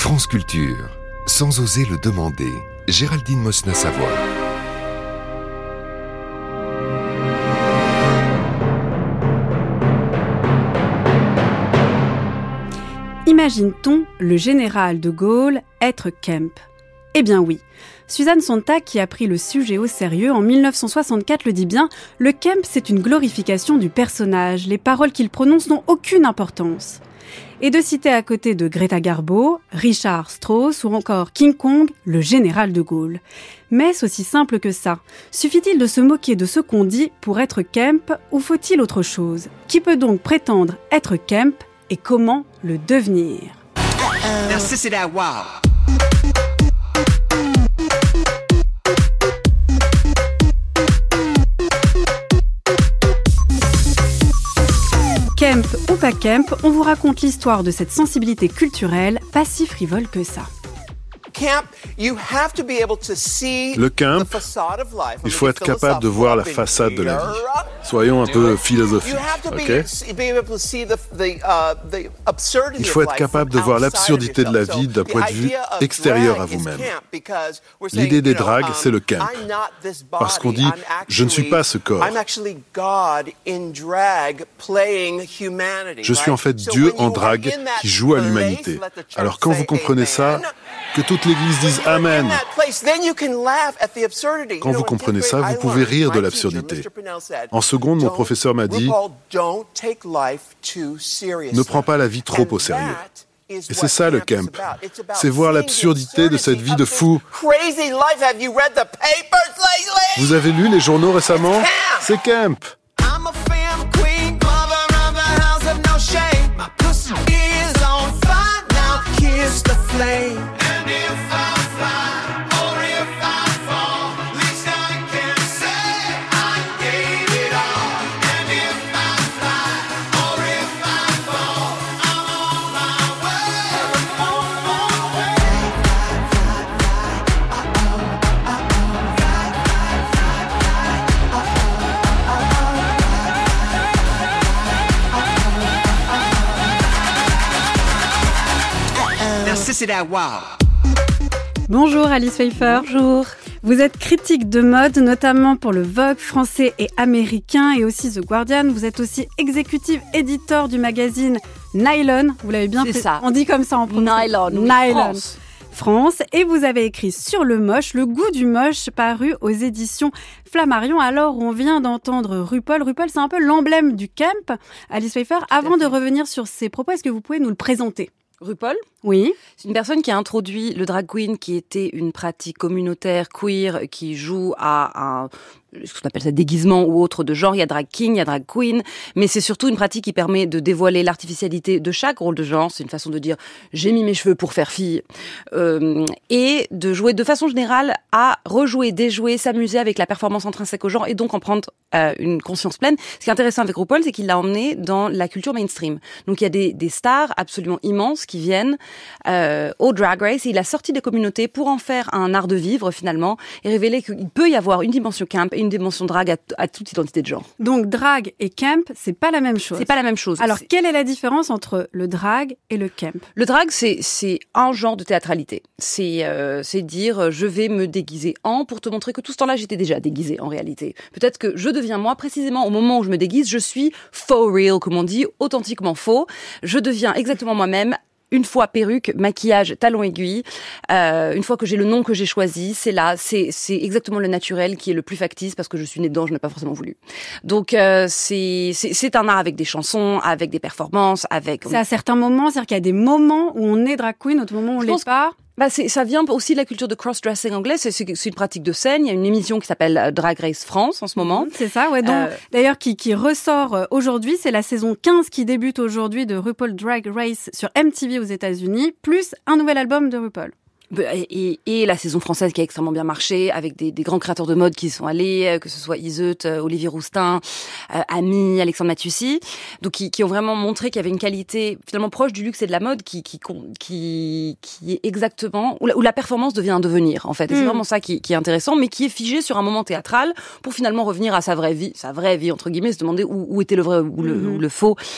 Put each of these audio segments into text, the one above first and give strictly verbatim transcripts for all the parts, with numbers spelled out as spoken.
France Culture, sans oser le demander, Géraldine Mosna-Savoie. Imagine-t-on le général de Gaulle être Kemp ? Eh bien oui. Suzanne Sontag, qui a pris le sujet au sérieux en dix-neuf cent soixante-quatre, le dit bien, le Kemp, c'est une glorification du personnage. Les paroles qu'il prononce n'ont aucune importance. Et de citer à côté de Greta Garbo, Richard Strauss ou encore King Kong, le général de Gaulle. Mais est-ce aussi simple que ça ? Suffit-il de se moquer de ce qu'on dit pour être Kemp ou faut-il autre chose ? Qui peut donc prétendre être Kemp et comment le devenir ? Now, sissy that wow. Kemp ou pas Kemp, on vous raconte l'histoire de cette sensibilité culturelle pas si frivole que ça. Le Kemp, il faut être capable de voir la façade de la vie. Soyons un peu philosophiques, ok ? Il faut être capable de voir l'absurdité de la vie d'un point de vue extérieur à vous-même. L'idée des dragues, c'est le Kemp. Parce qu'on dit « je ne suis pas ce corps ». Je suis en fait Dieu en drague qui joue à l'humanité. Alors quand vous comprenez ça, que toute l'Église dise « Amen ». Quand vous comprenez ça, vous pouvez rire de l'absurdité. En seconde, mon professeur m'a dit « Ne prends pas la vie trop au sérieux ». Et c'est ça le Kemp, c'est voir l'absurdité de cette vie de fou. Vous avez lu les journaux récemment ? C'est Kemp. Bonjour Alice Pfeiffer. Bonjour. Vous êtes critique de mode, notamment pour le Vogue français et américain et aussi The Guardian. Vous êtes aussi executive editor du magazine Nylon. Vous l'avez bien fait. C'est ça. On dit comme ça en français. Nylon. Nylon. France. France. Et vous avez écrit Sur le moche, le goût du moche, paru aux éditions Flammarion. Alors, on vient d'entendre RuPaul. RuPaul, c'est un peu l'emblème du Kemp. Alice Pfeiffer, avant de revenir sur ses propos, est-ce que vous pouvez nous le présenter ? RuPaul ? Oui. C'est une personne qui a introduit le drag queen, qui était une pratique communautaire queer qui joue à un, ce qu'on appelle ça déguisement ou autre de genre. Il y a drag king, il y a drag queen, mais c'est surtout une pratique qui permet de dévoiler l'artificialité de chaque rôle de genre. C'est une façon de dire j'ai mis mes cheveux pour faire fille euh, et de jouer de façon générale à rejouer, déjouer, s'amuser avec la performance intrinsèque au genre et donc en prendre euh, une conscience pleine. Ce qui est intéressant avec RuPaul, c'est qu'il l'a emmené dans la culture mainstream. Donc il y a des, des stars absolument immenses qui viennent Euh, au Drag Race et il a sorti des communautés pour en faire un art de vivre finalement et révéler qu'il peut y avoir une dimension camp et une dimension drag à, t- à toute identité de genre. Donc drag et camp, c'est pas la même chose. C'est pas la même chose. Alors c'est... quelle est la différence entre le drag et le camp ? Le drag c'est c'est un genre de théâtralité. C'est euh, c'est dire je vais me déguiser en pour te montrer que tout ce temps-là j'étais déjà déguisée en réalité. Peut-être que je deviens moi précisément au moment où je me déguise, je suis faux real comme on dit, authentiquement faux. Je deviens exactement moi-même. Une fois perruque, maquillage, talons aiguilles, euh, une fois que j'ai le nom que j'ai choisi, c'est là, c'est c'est exactement le naturel qui est le plus factice parce que je suis née dedans, je n'ai pas forcément voulu. Donc euh, c'est c'est c'est un art avec des chansons, avec des performances, avec. C'est à certains moments, c'est-à-dire qu'il y a des moments où on est drag queen, d'autres moments où on je l'est pas. Bah c'est, ça vient aussi de la culture de cross-dressing anglais. C'est, c'est, c'est une pratique de scène. Il y a une émission qui s'appelle Drag Race France en ce moment. C'est ça, ouais. Donc, euh... d'ailleurs, qui, qui ressort aujourd'hui, c'est la saison quinze qui débute aujourd'hui de RuPaul Drag Race sur M T V aux États-Unis, plus un nouvel album de RuPaul. Et, et la saison française qui a extrêmement bien marché, avec des, des grands créateurs de mode qui y sont allés, que ce soit Iseut, Olivier Roustin, euh, Ami, Alexandre Matussi, donc qui, qui ont vraiment montré qu'il y avait une qualité finalement proche du luxe et de la mode qui qui qui, qui est exactement où la, où la performance devient un devenir en fait. Et mmh. c'est vraiment ça qui, qui est intéressant, mais qui est figé sur un moment théâtral pour finalement revenir à sa vraie vie, sa vraie vie entre guillemets, se demander où, où était le vrai ou le, mmh. ou le faux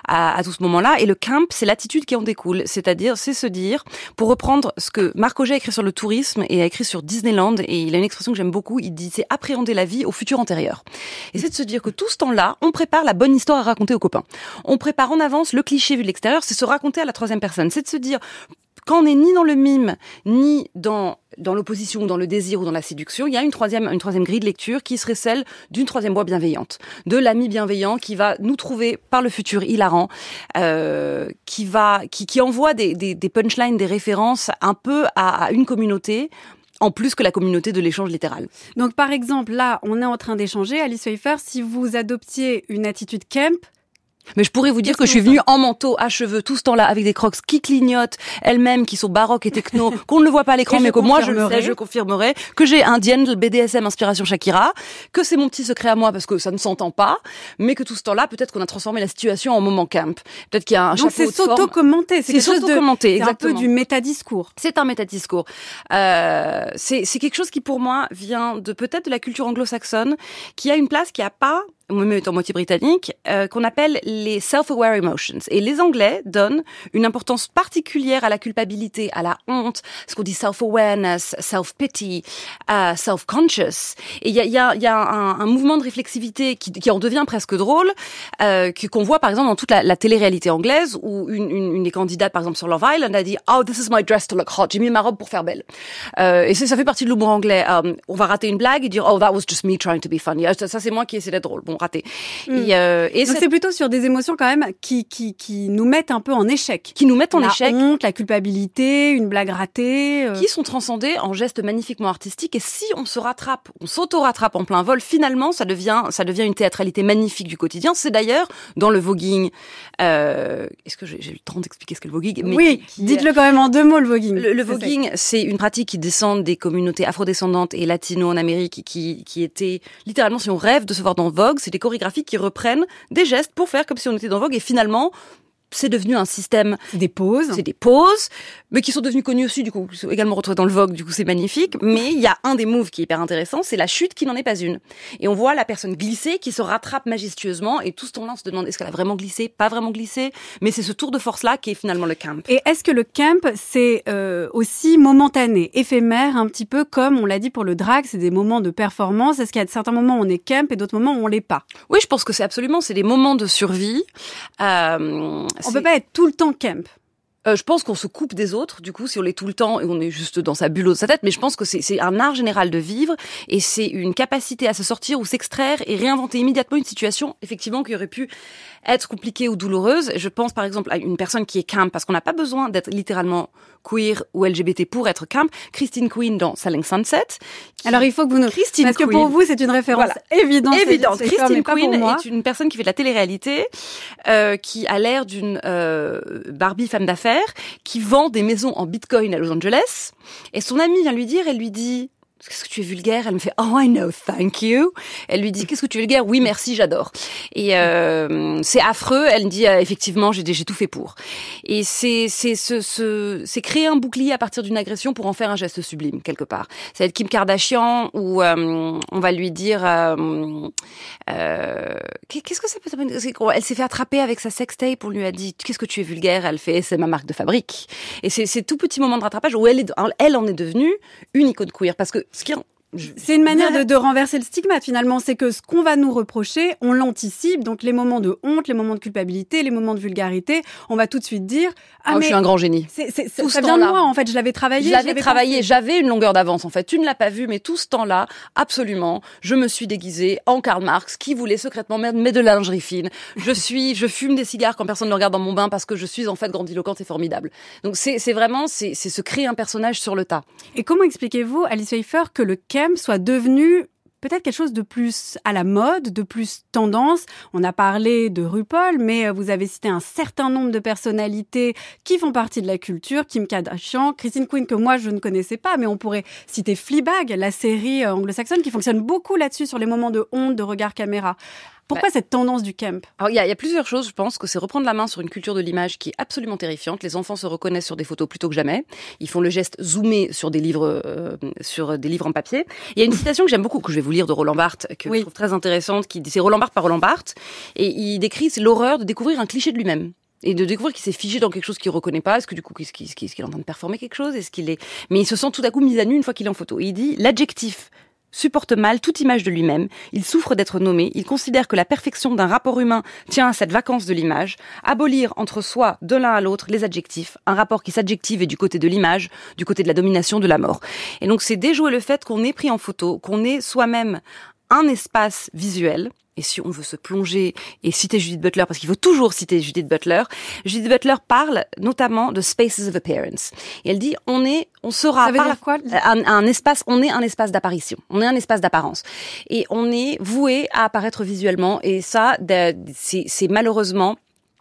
à, à tout ce moment-là. Et le camp, c'est l'attitude qui en découle. C'est-à-dire, c'est se dire, pour reprendre ce que Marc Augé a écrit sur le tourisme et a écrit sur Disneyland, et il a une expression que j'aime beaucoup, il dit, c'est appréhender la vie au futur antérieur. Et c'est de se dire que tout ce temps-là, on prépare la bonne histoire à raconter aux copains. On prépare en avance le cliché vu de l'extérieur, c'est se raconter à la troisième personne. C'est de se dire, quand on n'est ni dans le mime, ni dans dans l'opposition, ou dans le désir, ou dans la séduction, il y a une troisième, une troisième grille de lecture qui serait celle d'une troisième voie bienveillante, de l'ami bienveillant qui va nous trouver par le futur hilarant, euh, qui va, qui, qui envoie des, des, des punchlines, des références un peu à, à une communauté, en plus que la communauté de l'échange littéral. Donc, par exemple, là, on est en train d'échanger, Alice Pfeiffer, si vous adoptiez une attitude camp, mais je pourrais vous dire que, que je suis venue en manteau, à cheveux, tout ce temps-là, avec des crocs qui clignotent, elles-mêmes, qui sont baroques et techno, qu'on ne le voit pas à l'écran, mais que moi je le sais, je confirmerai, que j'ai un Diane B D S M inspiration Shakira, que c'est mon petit secret à moi parce que ça ne s'entend pas, mais que tout ce temps-là, peut-être qu'on a transformé la situation en moment camp. Peut-être qu'il y a un Donc chapeau de forme. Donc c'est s'auto-commenter, c'est, c'est s'auto-commenter, exactement. C'est un peu du métadiscours. C'est un métadiscours. Euh, c'est, c'est quelque chose qui, pour moi, vient de peut-être de la culture anglo-saxonne, qui a une place qui a pas, moi-même étant moitié britannique, euh, qu'on appelle les self-aware emotions. Et les Anglais donnent une importance particulière à la culpabilité, à la honte, ce qu'on dit self-awareness, self-pity, uh, self-conscious. Et il y a, y a, y a un, un mouvement de réflexivité qui, qui en devient presque drôle, euh, qu'on voit par exemple dans toute la, la télé-réalité anglaise, où une, une, une des candidates, par exemple sur Love Island, a dit « Oh, this is my dress to look hot. J'ai mis ma robe pour faire belle. Euh, » Et ça, ça fait partie de l'humour anglais. Um, on va rater une blague et dire « Oh, that was just me trying to be funny. » Ça, ça c'est moi qui essaie d'être drôle. Bon, raté. Mm. Et, euh, et Donc c'est... c'est plutôt sur des émotions quand même qui qui qui nous mettent un peu en échec. Qui nous mettent en la échec. La honte, la culpabilité, une blague ratée. Euh... Qui sont transcendés en gestes magnifiquement artistiques. Et si on se rattrape, on s'auto-rattrape en plein vol, finalement, ça devient ça devient une théâtralité magnifique du quotidien. C'est d'ailleurs dans le voguing. Euh, est-ce que j'ai, j'ai le temps d'expliquer ce qu'est le voguing? Mais oui, qui, qui, dites-le quand même en deux mots, le voguing. Le, le voguing, c'est une pratique qui descend des communautés afrodescendantes et latino en Amérique, qui qui était littéralement, si on rêve de se voir dans Vogue, c'est des chorégraphies qui reprennent des gestes pour faire comme si on était dans Vogue, et finalement c'est devenu un système. C'est des poses. C'est des poses, mais qui sont devenues connues aussi, du coup, qui sont également retrouvées dans le Vogue, du coup c'est magnifique. Mais il y a un des moves qui est hyper intéressant, c'est la chute qui n'en est pas une. Et on voit la personne glisser, qui se rattrape majestueusement, et tout ce temps-là on se demande est-ce qu'elle a vraiment glissé, pas vraiment glissé, mais c'est ce tour de force-là qui est finalement le camp. Et est-ce que le camp, c'est euh, aussi momentané, éphémère, un petit peu comme on l'a dit pour le drag, c'est des moments de performance. Est-ce qu'il y a certains moments où on est camp et d'autres moments où on l'est pas? Oui, je pense que c'est absolument, c'est des moments de survie. Euh, on peut pas être tout le temps camp. Euh, je pense qu'on se coupe des autres, du coup, si on l'est tout le temps et on est juste dans sa bulle de sa tête. Mais je pense que c'est, c'est un art général de vivre, et c'est une capacité à se sortir ou s'extraire et réinventer immédiatement une situation, effectivement, qui aurait pu être compliquée ou douloureuse. Je pense, par exemple, à une personne qui est camp, parce qu'on n'a pas besoin d'être littéralement queer ou L G B T pour être camp. Christine Quinn dans Selling Sunset. Qui... Alors, il faut que vous nous... Christine parce Quinn. que pour vous, c'est une référence voilà. évidente. Évidente. C'est, c'est Christine Quinn est une personne qui fait de la télé-réalité, euh, qui a l'air d'une euh, Barbie femme d'affaires, qui vend des maisons en bitcoin à Los Angeles. Et son amie vient lui dire, elle lui dit... Qu'est-ce que tu es vulgaire? Elle me fait « Oh, I know, thank you ». Elle lui dit « Qu'est-ce que tu es vulgaire ?»« Oui, merci, j'adore ». Et euh, c'est affreux. Elle me dit euh, « Effectivement, j'ai, j'ai tout fait pour ». Et c'est c'est ce, ce c'est créer un bouclier à partir d'une agression pour en faire un geste sublime quelque part. Ça va être Kim Kardashian, où euh, on va lui dire euh, euh, qu'est-ce que ça peut c'est, elle s'est fait attraper avec sa sextape. On lui a dit « Qu'est-ce que tu es vulgaire ?» Elle fait « C'est ma marque de fabrique ». Et c'est c'est tout petit moment de rattrapage où elle est elle en est devenue une icône queer, parce que ce qui c'est une manière de, de renverser le stigmate finalement, c'est que ce qu'on va nous reprocher, on l'anticipe, donc les moments de honte, les moments de culpabilité, les moments de vulgarité, on va tout de suite dire ah oh, mais je suis un grand génie. C'est, c'est, ça, ça vient de moi en fait, je l'avais travaillé. Je l'avais, l'avais travaillé, pensé. J'avais une longueur d'avance en fait. Tu ne l'as pas vu, mais tout ce temps-là, absolument, je me suis déguisée en Karl Marx qui voulait secrètement mettre de la lingerie fine. Je suis, je fume des cigares quand personne ne regarde dans mon bain parce que je suis en fait grandiloquente et formidable. Donc c'est, c'est vraiment, c'est, c'est se créer un personnage sur le tas. Et comment expliquez-vous, Alice Pfeiffer, que le camp soit devenu peut-être quelque chose de plus à la mode, de plus tendance? On a parlé de RuPaul, mais vous avez cité un certain nombre de personnalités qui font partie de la culture, Kim Kardashian, Christine Quinn, que moi je ne connaissais pas, mais on pourrait citer Fleabag, la série anglo-saxonne qui fonctionne beaucoup là-dessus, sur les moments de honte, de regard caméra. Pourquoi bah, cette tendance du camp ? Alors, il y, y a plusieurs choses, je pense, que c'est reprendre la main sur une culture de l'image qui est absolument terrifiante. Les enfants se reconnaissent sur des photos plutôt que jamais. Ils font le geste zoomé sur des livres, euh, sur des livres en papier. Il y a une citation que j'aime beaucoup, que je vais vous lire de Roland Barthes, que oui. je trouve très intéressante, qui c'est Roland Barthes par Roland Barthes, et il décrit c'est l'horreur de découvrir un cliché de lui-même. Et de découvrir qu'il s'est figé dans quelque chose qu'il reconnaît pas. Est-ce que du coup, est-ce qu'il, est-ce qu'il est en train de performer quelque chose ? Est-ce qu'il est... Mais il se sent tout à coup mis à nu une fois qu'il est en photo. Et il dit, l'adjectif supporte mal toute image de lui-même. Il souffre d'être nommé. Il considère que la perfection d'un rapport humain tient à cette vacance de l'image. Abolir entre soi, de l'un à l'autre, les adjectifs. Un rapport qui s'adjective est du côté de l'image, du côté de la domination, de la mort. Et donc, c'est déjouer le fait qu'on est pris en photo, qu'on est soi-même un espace visuel. Et si on veut se plonger et citer Judith Butler, parce qu'il faut toujours citer Judith Butler, Judith Butler parle notamment de spaces of appearance. Et elle dit, on est, on sera Ça veut dire quoi ? un, un espace, on est un espace d'apparition, on est un espace d'apparence, et on est voué à apparaître visuellement. Et ça, c'est, c'est malheureusement.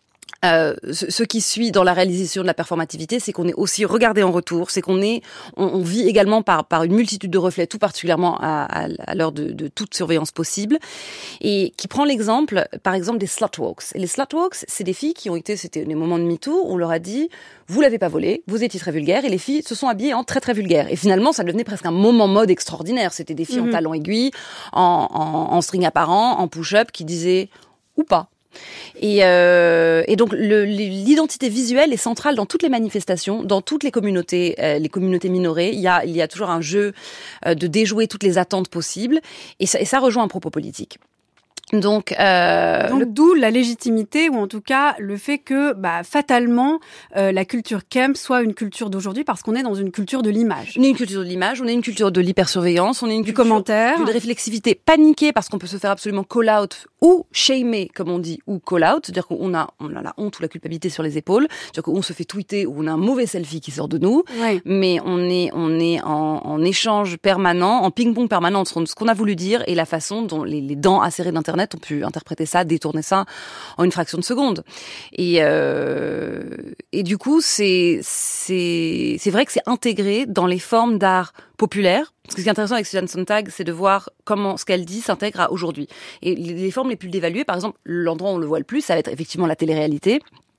Euh, ce, ce qui suit dans la réalisation de la performativité, c'est qu'on est aussi regardé en retour, c'est qu'on est, on, on vit également par par une multitude de reflets, tout particulièrement à, à, à l'heure de, de toute surveillance possible, et qui prend l'exemple, par exemple, des slutwalks. Et les slutwalks, c'est des filles qui ont été, c'était des moments de MeToo, on leur a dit, vous l'avez pas volé, vous étiez très vulgaire, et les filles se sont habillées en très très vulgaire. Et finalement, ça devenait presque un moment mode extraordinaire. C'était des filles mm-hmm. en talons aiguilles, en, en, en string apparent, en push-up, qui disaient ou pas. Et, euh, et donc le, l'identité visuelle est centrale dans toutes les manifestations, dans toutes les communautés, euh, les communautés minorées. Il y a, il y a toujours un jeu euh, de déjouer toutes les attentes possibles, et ça, et ça rejoint un propos politique. Donc, euh, Donc le... d'où la légitimité, ou en tout cas le fait que bah, fatalement euh, la culture camp soit une culture d'aujourd'hui, parce qu'on est dans une culture de l'image. On est une culture de l'image, on est une culture de l'hypersurveillance, on est une du culture commentaire, d'une réflexivité paniquée, parce qu'on peut se faire absolument call out ou shamer, comme on dit, ou call out, c'est-à-dire qu'on a, on a la honte ou la culpabilité sur les épaules, c'est-à-dire qu'on se fait tweeter ou on a un mauvais selfie qui sort de nous, oui. mais on est, on est en, en échange permanent, en ping-pong permanent entre ce qu'on a voulu dire et la façon dont les, les dents acérées d'Internet ont pu interpréter ça, détourner ça en une fraction de seconde. Et, euh, et du coup, c'est, c'est, c'est vrai que c'est intégré dans les formes d'art populaire. Parce que ce qui est intéressant avec Susan Sontag, c'est de voir comment ce qu'elle dit s'intègre à aujourd'hui. Et les, les formes les plus dévaluées, par exemple, l'endroit où on le voit le plus, ça va être effectivement la télé-réalité.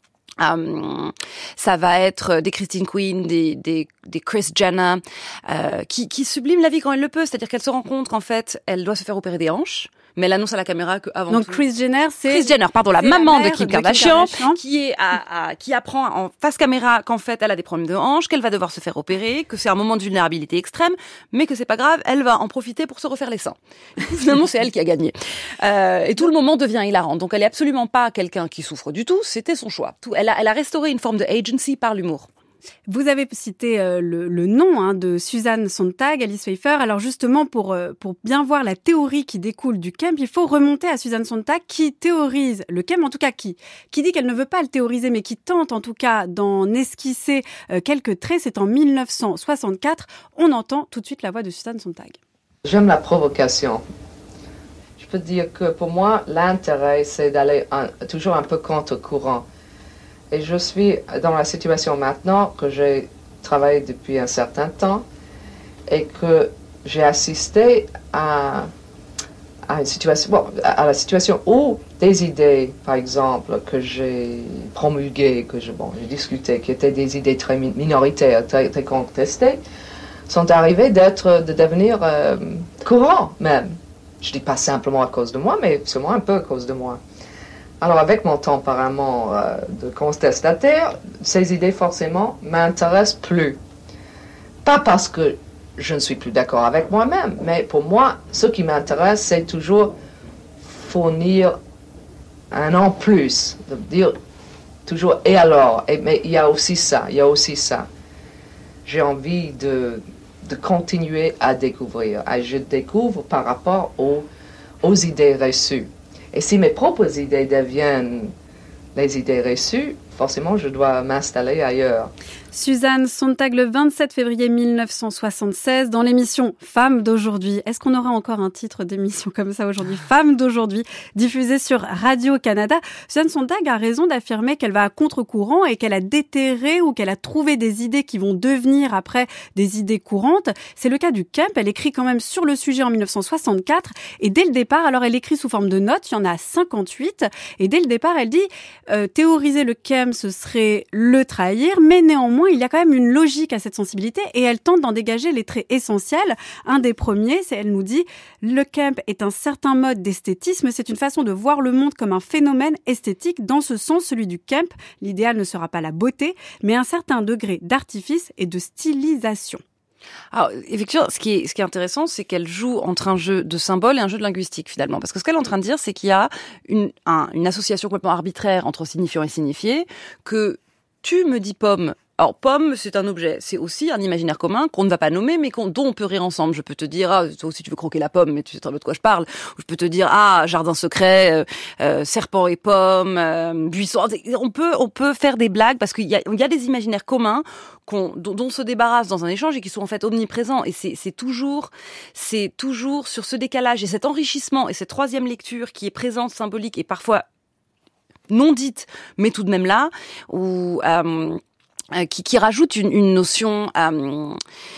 Um, ça va être des Christine Quinn, des, des, des Kris Jenner, euh, qui, qui subliment la vie quand elle le peut. C'est-à-dire qu'elle se rend compte qu'en fait, elle doit se faire opérer des hanches, mais elle annonce à la caméra qu'avant Donc tout... Kris Jenner, c'est... Kris Jenner, pardon, la maman la de, Kim de Kardashian, Kim Kardashian, qui est à, à, qui apprend en face caméra qu'en fait, elle a des problèmes de hanches, qu'elle va devoir se faire opérer, que c'est un moment de vulnérabilité extrême, mais que c'est pas grave, elle va en profiter pour se refaire les seins. Finalement, c'est elle qui a gagné. Euh, et tout le moment devient hilarant. Donc, elle est absolument pas quelqu'un qui souffre du tout, c'était son choix. Tout, elle a, elle a restauré une forme de agency par l'humour. Vous avez cité euh, le, le nom hein, de Susan Sontag, Alice Pfeiffer. Alors justement, pour, euh, pour bien voir la théorie qui découle du camp, il faut remonter à Susan Sontag qui théorise le camp, en tout cas qui, qui dit qu'elle ne veut pas le théoriser, mais qui tente en tout cas d'en esquisser euh, quelques traits. C'est en mille neuf cent soixante-quatre. On entend tout de suite la voix de Susan Sontag. J'aime la provocation. Je peux dire que pour moi, l'intérêt, c'est d'aller un, toujours un peu contre-courant. Et je suis dans la situation maintenant que j'ai travaillé depuis un certain temps et que j'ai assisté à, à une situation, bon, à la situation où des idées, par exemple, que j'ai promulguées, que je, bon, j'ai discutées, qui étaient des idées très minoritaires, très, très contestées, sont arrivées d'être, de devenir euh, courants même. Je ne dis pas simplement à cause de moi, mais seulement un peu à cause de moi. Alors, avec mon tempérament euh, de contestataire, ces idées, forcément, m'intéressent plus. Pas parce que je ne suis plus d'accord avec moi-même, mais pour moi, ce qui m'intéresse, c'est toujours fournir un en plus, de dire toujours « et alors ?» et, mais il y a aussi ça, il y a aussi ça. J'ai envie de, de continuer à découvrir. Et je découvre par rapport aux, aux idées reçues. Et si mes propres idées deviennent les idées reçues, forcément, je dois m'installer ailleurs. Suzanne Sontag, le vingt-sept février mille neuf cent soixante-seize, dans l'émission Femmes d'aujourd'hui. Est-ce qu'on aura encore un titre d'émission comme ça aujourd'hui ? Femmes d'aujourd'hui, diffusée sur Radio-Canada. Suzanne Sontag a raison d'affirmer qu'elle va à contre-courant et qu'elle a déterré ou qu'elle a trouvé des idées qui vont devenir après des idées courantes. C'est le cas du camp. Elle écrit quand même sur le sujet en mille neuf cent soixante-quatre et dès le départ, alors elle écrit sous forme de notes, il y en a cinquante-huit et dès le départ, elle dit euh, théoriser le camp, ce serait le trahir, mais néanmoins, il y a quand même une logique à cette sensibilité et elle tente d'en dégager les traits essentiels. Un des premiers, c'est, elle nous dit, le camp est un certain mode d'esthétisme, c'est une façon de voir le monde comme un phénomène esthétique. Dans ce sens, celui du camp, l'idéal ne sera pas la beauté, mais un certain degré d'artifice et de stylisation. Alors, effectivement, ce qui est, ce qui est intéressant, c'est qu'elle joue entre un jeu de symboles et un jeu de linguistique, finalement. Parce que ce qu'elle est en train de dire, c'est qu'il y a une, un, une association complètement arbitraire entre signifiant et signifié, que tu me dis pomme. Alors, pomme, c'est un objet. C'est aussi un imaginaire commun qu'on ne va pas nommer, mais qu'on, dont on peut rire ensemble. Je peux te dire, ah, toi aussi tu veux croquer la pomme, mais tu sais très bien de quoi je parle. Ou je peux te dire, ah, jardin secret, euh, euh, serpent et pomme, euh, buisson. On peut, on peut faire des blagues parce qu'il y a, il y a des imaginaires communs qu'on, dont, dont on se débarrasse dans un échange et qui sont en fait omniprésents. Et c'est, c'est toujours, c'est toujours sur ce décalage et cet enrichissement et cette troisième lecture qui est présente, symbolique et parfois non dite, mais tout de même là, où, euh, Qui, qui rajoute une, une notion, euh,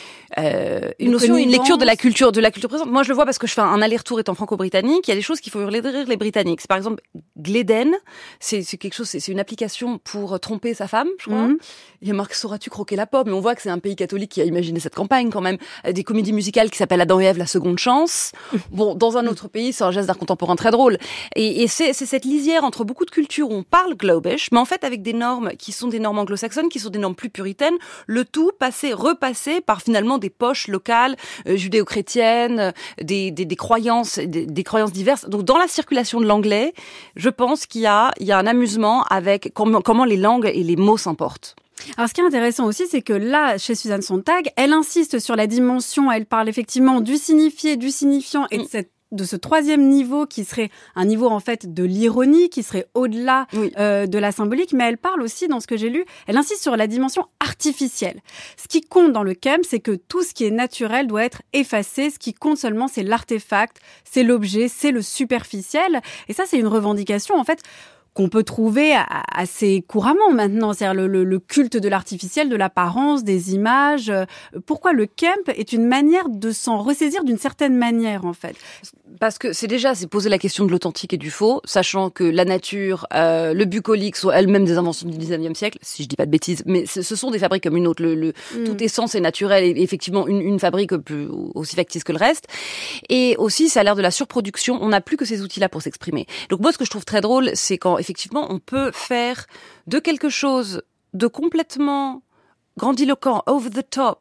euh, une notion, une lecture de la culture, de la culture présente. Moi, je le vois parce que je fais un aller-retour étant franco-britannique. Il y a des choses qu'il faut hurler de rire les Britanniques. C'est, par exemple, Gleden, c'est, c'est quelque chose, c'est, c'est une application pour tromper sa femme, je crois. Mmh. Il y a marqué sauras-tu croquer la pomme, mais on voit que c'est un pays catholique qui a imaginé cette campagne quand même. Des comédies musicales qui s'appellent Adam et Ève, la seconde chance. Bon, dans un autre pays, c'est un geste d'art contemporain très drôle. Et, et c'est, c'est cette lisière entre beaucoup de cultures où on parle globish, mais en fait avec des normes qui sont des normes anglo-saxonnes, qui sont des normes plus puritaines. Le tout passé, repassé par finalement des poches locales, euh, judéo-chrétiennes, euh, des, des, des croyances, des, des croyances diverses. Donc dans la circulation de l'anglais, je pense qu'il y a, il y a un amusement avec comment, comment les langues et les mots s'importent. Alors, ce qui est intéressant aussi, c'est que là, chez Suzanne Sontag, elle insiste sur la dimension, elle parle effectivement du signifié, du signifiant et de cette de ce troisième niveau qui serait un niveau en fait de l'ironie, qui serait au-delà oui. euh, de la symbolique, mais elle parle aussi, dans ce que j'ai lu, elle insiste sur la dimension artificielle. Ce qui compte dans le camp, c'est que tout ce qui est naturel doit être effacé, ce qui compte seulement, c'est l'artefact, c'est l'objet, c'est le superficiel, et ça, c'est une revendication, en fait, qu'on peut trouver assez couramment maintenant, c'est-à-dire le, le, le culte de l'artificiel, de l'apparence, des images. Pourquoi le camp est une manière de s'en ressaisir d'une certaine manière, en fait ? Parce que c'est déjà, c'est poser la question de l'authentique et du faux, sachant que la nature, euh, le bucolique sont elles-mêmes des inventions du dix-neuvième siècle, si je dis pas de bêtises, mais ce, ce sont des fabriques comme une autre. Le, le, mm. Toute essence est naturelle et effectivement une, une fabrique plus, aussi factice que le reste. Et aussi, ça a l'air de la surproduction. On n'a plus que ces outils-là pour s'exprimer. Donc moi, ce que je trouve très drôle, c'est quand effectivement on peut faire de quelque chose de complètement grandiloquent, over the top,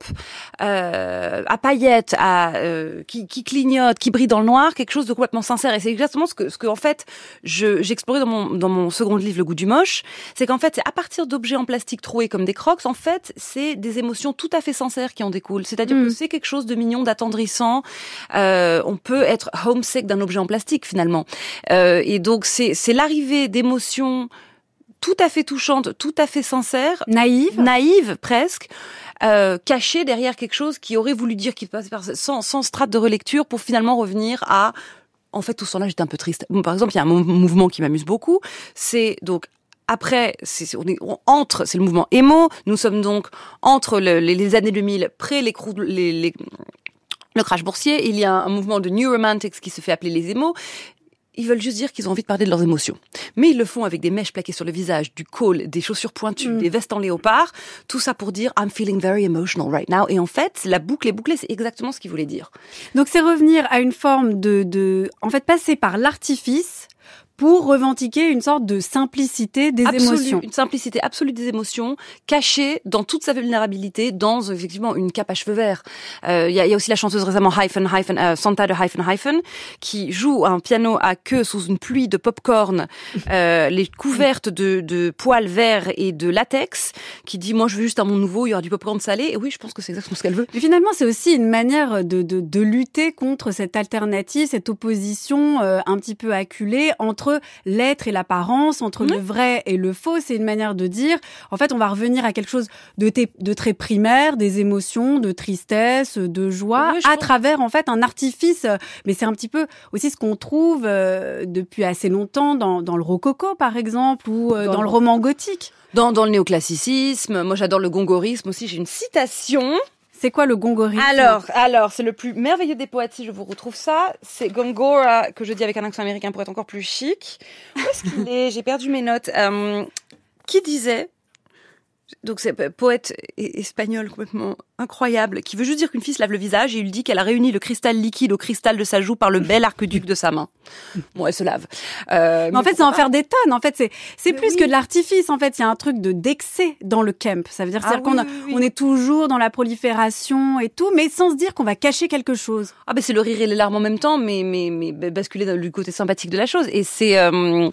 euh, à paillettes, à, euh, qui, qui clignote, qui brille dans le noir, quelque chose de complètement sincère. Et c'est exactement ce que, ce que en fait, je, j'ai exploré dans mon, dans mon second livre, Le goût du moche. C'est qu'en fait, c'est à partir d'objets en plastique troués comme des crocs, en fait, c'est des émotions tout à fait sincères qui en découlent. C'est-à-dire mmh. que c'est quelque chose de mignon, d'attendrissant. Euh, on peut être homesick d'un objet en plastique, finalement. Euh, et donc, c'est, c'est l'arrivée d'émotions tout à fait touchante, tout à fait sincère, naïve, naïve presque, euh, cachée derrière quelque chose qui aurait voulu dire qu'il passe par sans, sans strate de relecture pour finalement revenir à. En fait, tout ce temps-là, j'étais un peu triste. Bon, par exemple, il y a un mouvement qui m'amuse beaucoup, c'est donc. Après, c'est, on est on entre, c'est le mouvement émo. Nous sommes donc entre le, les, les années deux mille, près les, les, les le crash boursier. Il y a un mouvement de New Romantics qui se fait appeler les émos. Ils veulent juste dire qu'ils ont envie de parler de leurs émotions. Mais ils le font avec des mèches plaquées sur le visage, du col, des chaussures pointues, mm. des vestes en léopard. Tout ça pour dire « I'm feeling very emotional right now ». Et en fait, la boucle est bouclée, c'est exactement ce qu'ils voulaient dire. Donc c'est revenir à une forme de... de en fait, passer par l'artifice pour revendiquer une sorte de simplicité des Absolue, émotions. Une simplicité absolue des émotions, cachée dans toute sa vulnérabilité, dans effectivement une cape à cheveux verts. Il euh, y, a, y a aussi la chanteuse récemment Hyphen, Hyphen, euh, Santa de Hyphen, Hyphen, qui joue un piano à queue sous une pluie de pop-corn, euh, les couvertes de, de poils verts et de latex, qui dit « Moi, je veux juste un monde nouveau, il y aura du pop-corn salé. » Et oui, je pense que c'est exactement ce qu'elle veut. Et finalement, c'est aussi une manière de, de, de lutter contre cette alternative, cette opposition euh, un petit peu acculée entre entre l'être et l'apparence, entre mmh. le vrai et le faux. C'est une manière de dire, en fait, on va revenir à quelque chose de, t- de très primaire, des émotions, de tristesse, de joie, oui, à pense. travers, en fait, un artifice. Mais c'est un petit peu aussi ce qu'on trouve euh, depuis assez longtemps dans, dans le rococo, par exemple, ou euh, dans, dans le roman gothique. Dans, dans le néoclassicisme. Moi, j'adore le gongorisme aussi. J'ai une citation. C'est quoi le gongorisme ? Alors, alors, c'est le plus merveilleux des poètes, si je vous retrouve ça. C'est Gongora, que je dis avec un accent américain pour être encore plus chic. Où est-ce qu'il est ? J'ai perdu mes notes. Euh, qui disait... Donc c'est un poète espagnol complètement incroyable qui veut juste dire qu'une fille se lave le visage et il dit qu'elle a réuni le cristal liquide au cristal de sa joue par le bel arc-duc de sa main. Bon, elle se lave. Euh, mais, mais en fait, c'est en faire des tonnes. En fait, c'est c'est mais plus oui. que de l'artifice. En fait, il y a un truc de d'excès dans le camp. Ça veut dire, ah, qu'on oui, oui, oui. on est toujours dans la prolifération et tout, mais sans se dire qu'on va cacher quelque chose. Ah ben c'est le rire et les larmes en même temps, mais mais mais basculer du côté sympathique de la chose. Et c'est euh,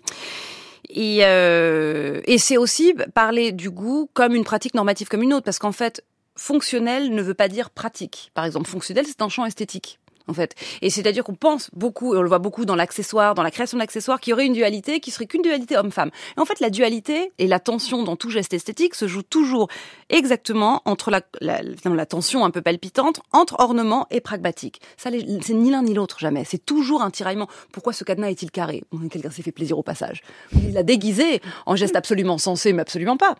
Et, euh, et c'est aussi parler du goût comme une pratique normative comme une autre, parce qu'en fait, fonctionnel ne veut pas dire pratique. Par exemple, fonctionnel, c'est un champ esthétique, en fait. Et c'est-à-dire qu'on pense beaucoup, et on le voit beaucoup dans l'accessoire, dans la création de l'accessoire, qu'il y aurait une dualité qui serait qu'une dualité homme-femme. Et en fait, la dualité et la tension dans tout geste esthétique se jouent toujours exactement entre la, la, la tension un peu palpitante, entre ornement et pragmatique. Ça, c'est ni l'un ni l'autre, jamais. C'est toujours un tiraillement. Pourquoi ce cadenas est-il carré ? Quelqu'un s'est fait plaisir au passage. Il l'a déguisé en geste absolument sensé, mais absolument pas.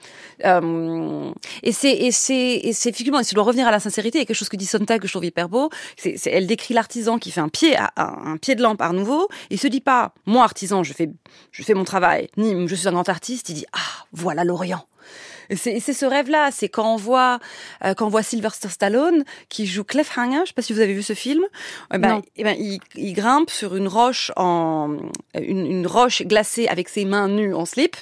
Euh, et c'est, et c'est, et c'est effectivement, et si je dois revenir à la sincérité, il y a quelque chose que dit Sontag que je trouve hyper beau. C'est, c'est, elle décrit l'artisan qui fait un pied, à, un pied de lampe à nouveau. Il se dit pas, moi artisan, je fais, je fais mon travail, ni je suis un grand artiste. Il dit, ah, voilà l'Orient. Et c'est, et c'est ce rêve-là, c'est quand on voit, euh, quand on voit Sylvester Stallone qui joue Cliffhanger, je sais pas si vous avez vu ce film. Eh ben, eh ben, il, il grimpe sur une roche en, une, une roche glacée avec ses mains nues en slip.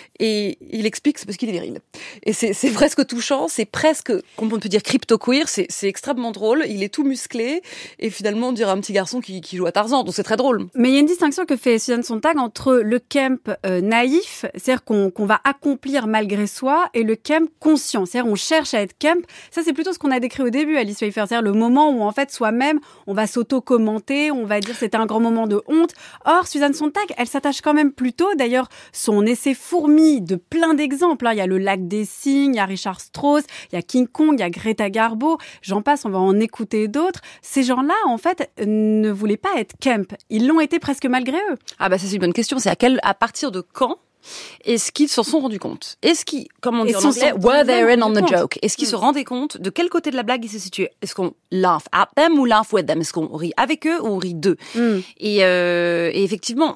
Et il explique, c'est parce qu'il est viril. Et c'est, c'est presque touchant, c'est presque, comme on peut dire, crypto-queer, c'est, c'est extrêmement drôle, il est tout musclé, et finalement, on dirait un petit garçon qui, qui joue à Tarzan, donc c'est très drôle. Mais il y a une distinction que fait Suzanne Sontag entre le camp euh, naïf, c'est-à-dire qu'on, qu'on va accomplir malgré soi, et le camp conscient, c'est-à-dire on cherche à être camp. Ça, c'est plutôt ce qu'on a décrit au début, Alice Pfeiffer, c'est-à-dire le moment où, en fait, soi-même, on va s'auto-commenter, on va dire c'était un grand moment de honte. Or, Suzanne Sontag, elle s'attache quand même plutôt, d'ailleurs, son essai fourmi de plein d'exemples. Il y a le Lac des Cygnes, il y a Richard Strauss, il y a King Kong, il y a Greta Garbo, j'en passe, on va en écouter d'autres. Ces gens-là, en fait, ne voulaient pas être camp. Ils l'ont été presque malgré eux. Ah bah ça c'est une bonne question. C'est à quel, à partir de quand est-ce qu'ils s'en sont rendus compte ? Est-ce qu'ils, comme on dit en anglais, were they in on the joke ? Est-ce qu'ils mmh. se rendaient compte de quel côté de la blague ils se situaient ? Est-ce qu'on laugh at them ou laugh with them ? Est-ce qu'on rit avec eux ou on rit d'eux ? mmh. et, euh, et effectivement,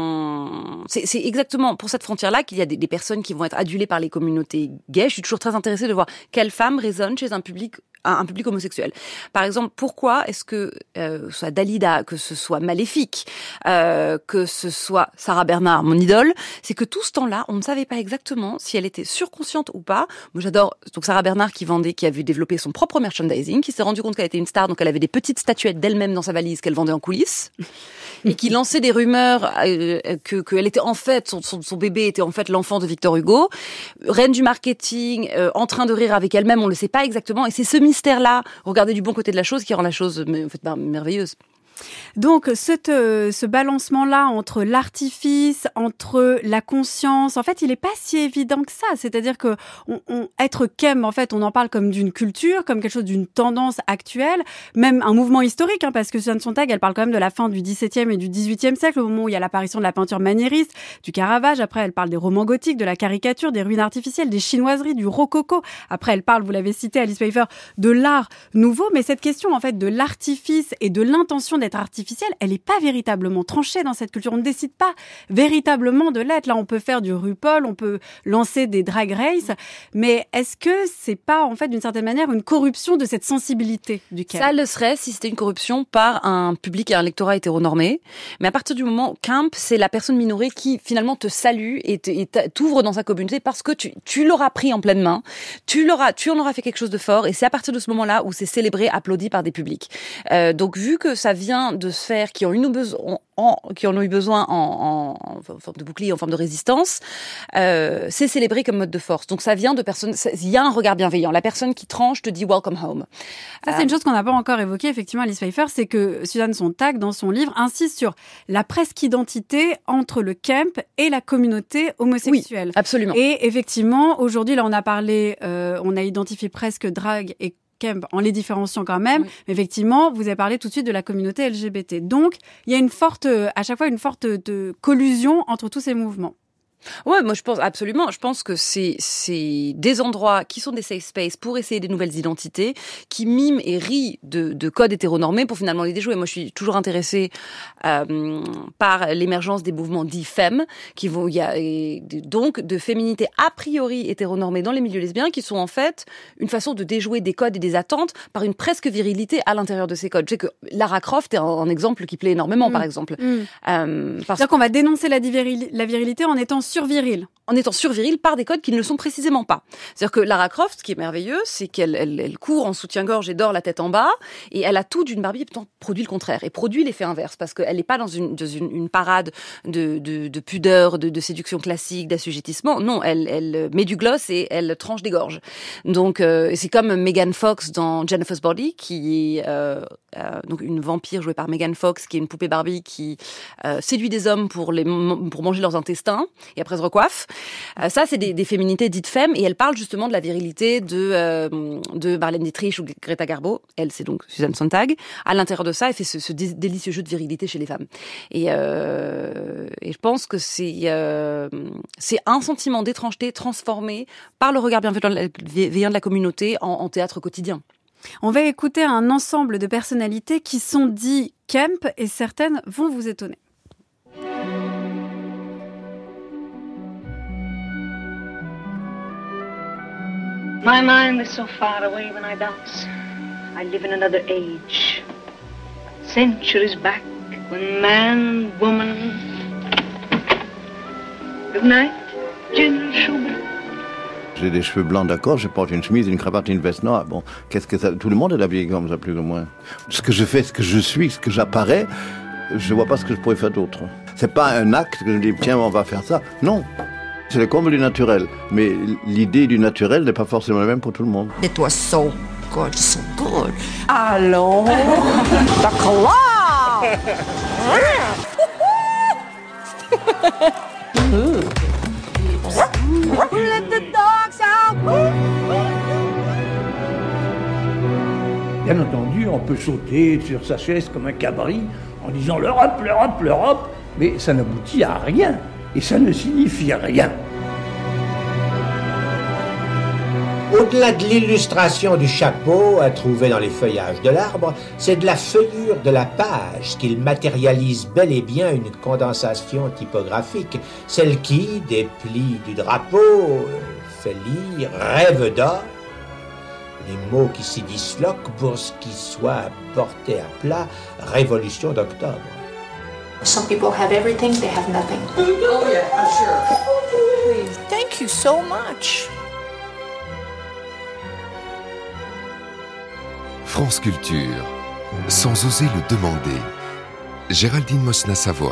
on... c'est, c'est exactement pour cette frontière-là qu'il y a des, des personnes qui vont être adulées par les communautés gays. Je suis toujours très intéressée de voir quelle femme résonne chez un public un public homosexuel. Par exemple, pourquoi est-ce que euh, soit Dalida, que ce soit Maléfique, euh, que ce soit Sarah Bernard, mon idole, c'est que tout ce temps-là, on ne savait pas exactement si elle était surconsciente ou pas. Moi, j'adore donc Sarah Bernard qui vendait, qui avait développé son propre merchandising, qui s'est rendu compte qu'elle était une star, donc elle avait des petites statuettes d'elle-même dans sa valise qu'elle vendait en coulisses, et qui lançait des rumeurs euh, que qu'elle était en fait son, son, son bébé était en fait l'enfant de Victor Hugo, reine du marketing, euh, en train de rire avec elle-même, on le sait pas exactement, et c'est ce mystère-là, regardez du bon côté de la chose, qui rend la chose en fait, merveilleuse. Donc, ce, ce balancement-là entre l'artifice, entre la conscience, en fait, il n'est pas si évident que ça. C'est-à-dire que on, on, être kem, en fait, on en parle comme d'une culture, comme quelque chose d'une tendance actuelle, même un mouvement historique, hein, parce que Suzanne Sontag, elle parle quand même de la fin du dix-septième et du dix-huitième siècle, au moment où il y a l'apparition de la peinture maniériste, du Caravage. Après, elle parle des romans gothiques, de la caricature, des ruines artificielles, des chinoiseries, du rococo. Après, elle parle, vous l'avez cité, Alice Pfeiffer, de l'art nouveau. Mais cette question, en fait, de l'artifice et de l'intention d'être artificielle, elle n'est pas véritablement tranchée dans cette culture. On ne décide pas véritablement de l'être. Là, on peut faire du RuPaul, on peut lancer des drag races, mais est-ce que c'est pas, en fait, d'une certaine manière, une corruption de cette sensibilité du camp ? Ça le serait si c'était une corruption par un public et un lectorat hétéronormé. Mais à partir du moment où camp, c'est la personne minorée qui, finalement, te salue et, te, et t'ouvre dans sa communauté parce que tu, tu l'auras pris en pleine main, tu l'auras, tu en auras fait quelque chose de fort, et c'est à partir de ce moment-là où c'est célébré, applaudi par des publics. Euh, donc, vu que ça vient soutien de sphères qui ont eu besoin, en, qui en ont eu besoin en, en, en forme de bouclier, en forme de résistance, euh, c'est célébré comme mode de force. Donc ça vient de personnes, il y a un regard bienveillant. La personne qui tranche te dit welcome home. Ça, c'est euh, une chose qu'on n'a pas encore évoquée, effectivement, Alice Pfeiffer, c'est que Susan Sontag, dans son livre, insiste sur la presque identité entre le camp et la communauté homosexuelle. Oui, absolument. Et effectivement, aujourd'hui, là, on a parlé, euh, on a identifié presque drag et camp en les différenciant quand même. Oui. Mais effectivement, vous avez parlé tout de suite de la communauté L G B T. Donc, il y a une forte, à chaque fois, une forte de collusion entre tous ces mouvements. Ouais, moi je pense absolument. Je pense que c'est c'est des endroits qui sont des safe spaces pour essayer des nouvelles identités, qui miment et rient de, de codes hétéronormés pour finalement les déjouer. Moi, je suis toujours intéressée euh, par l'émergence des mouvements dits femmes, qui vont, il y a et donc de féminité a priori hétéronormée dans les milieux lesbiens, qui sont en fait une façon de déjouer des codes et des attentes par une presque virilité à l'intérieur de ces codes. Je sais que Lara Croft est un, un exemple qui plaît énormément, mmh. par exemple. Mmh. Euh, parce... C'est-à-dire qu'on va dénoncer la, viril... la virilité en étant surviril. En étant surviril par des codes qui ne le sont précisément pas. C'est-à-dire que Lara Croft, ce qui est merveilleux, c'est qu'elle elle, elle court en soutien-gorge et dort la tête en bas, et elle a tout d'une Barbie, et pourtant produit le contraire, et produit l'effet inverse, parce qu'elle n'est pas dans une, dans une, une parade de, de, de pudeur, de, de séduction classique, d'assujettissement. Non, elle, elle met du gloss et elle tranche des gorges. Donc, euh, c'est comme Megan Fox dans Jennifer's Body, qui est euh, euh, donc une vampire jouée par Megan Fox, qui est une poupée Barbie qui euh, séduit des hommes pour, les, pour manger leurs intestins, et après se recoiffe. Euh, ça, c'est des, des féminités dites femmes, et elle parle justement de la virilité de, euh, de Marlène Dietrich ou Greta Garbo. Elle, c'est donc Susan Sontag. À l'intérieur de ça, elle fait ce, ce dé- délicieux jeu de virilité chez les femmes. Et, euh, et je pense que c'est, euh, c'est un sentiment d'étrangeté transformé par le regard bienveillant de la communauté en, en théâtre quotidien. On va écouter un ensemble de personnalités qui sont dites camp, et certaines vont vous étonner. My mind is so far away when I dance. I live in another age. Centuries back, when man, woman... Good night, General Schubert. J'ai des cheveux blancs, d'accord, je porte une chemise, une cravate, une veste noire. Bon, qu'est-ce que ça... Tout le monde est habillé comme ça, plus ou moins. Ce que je fais, ce que je suis, ce que j'apparais, je vois pas ce que je pourrais faire d'autre. C'est pas un acte que je dis, tiens, on va faire ça. Non. C'est le comble du naturel, mais l'idée du naturel n'est pas forcément la même pour tout le monde. It was so good, so good. Allons, the claw! Let the dogs out! Bien entendu, on peut sauter sur sa chaise comme un cabri en disant l'Europe, l'Europe, l'Europe, mais ça n'aboutit à rien. Et ça ne signifie rien. Au-delà de l'illustration du chapeau à trouver dans les feuillages de l'arbre, c'est de la feuillure de la page qu'il matérialise bel et bien une condensation typographique, celle qui, des plis du drapeau, fait lire rêve d'or, les mots qui s'y disloquent pour ce qui soit porté à plat, révolution d'octobre. Some people have everything, they have nothing. Oh yeah, I'm sure. Please. Thank you so much. France Culture, sans oser le demander. Géraldine Mosna-Savoie.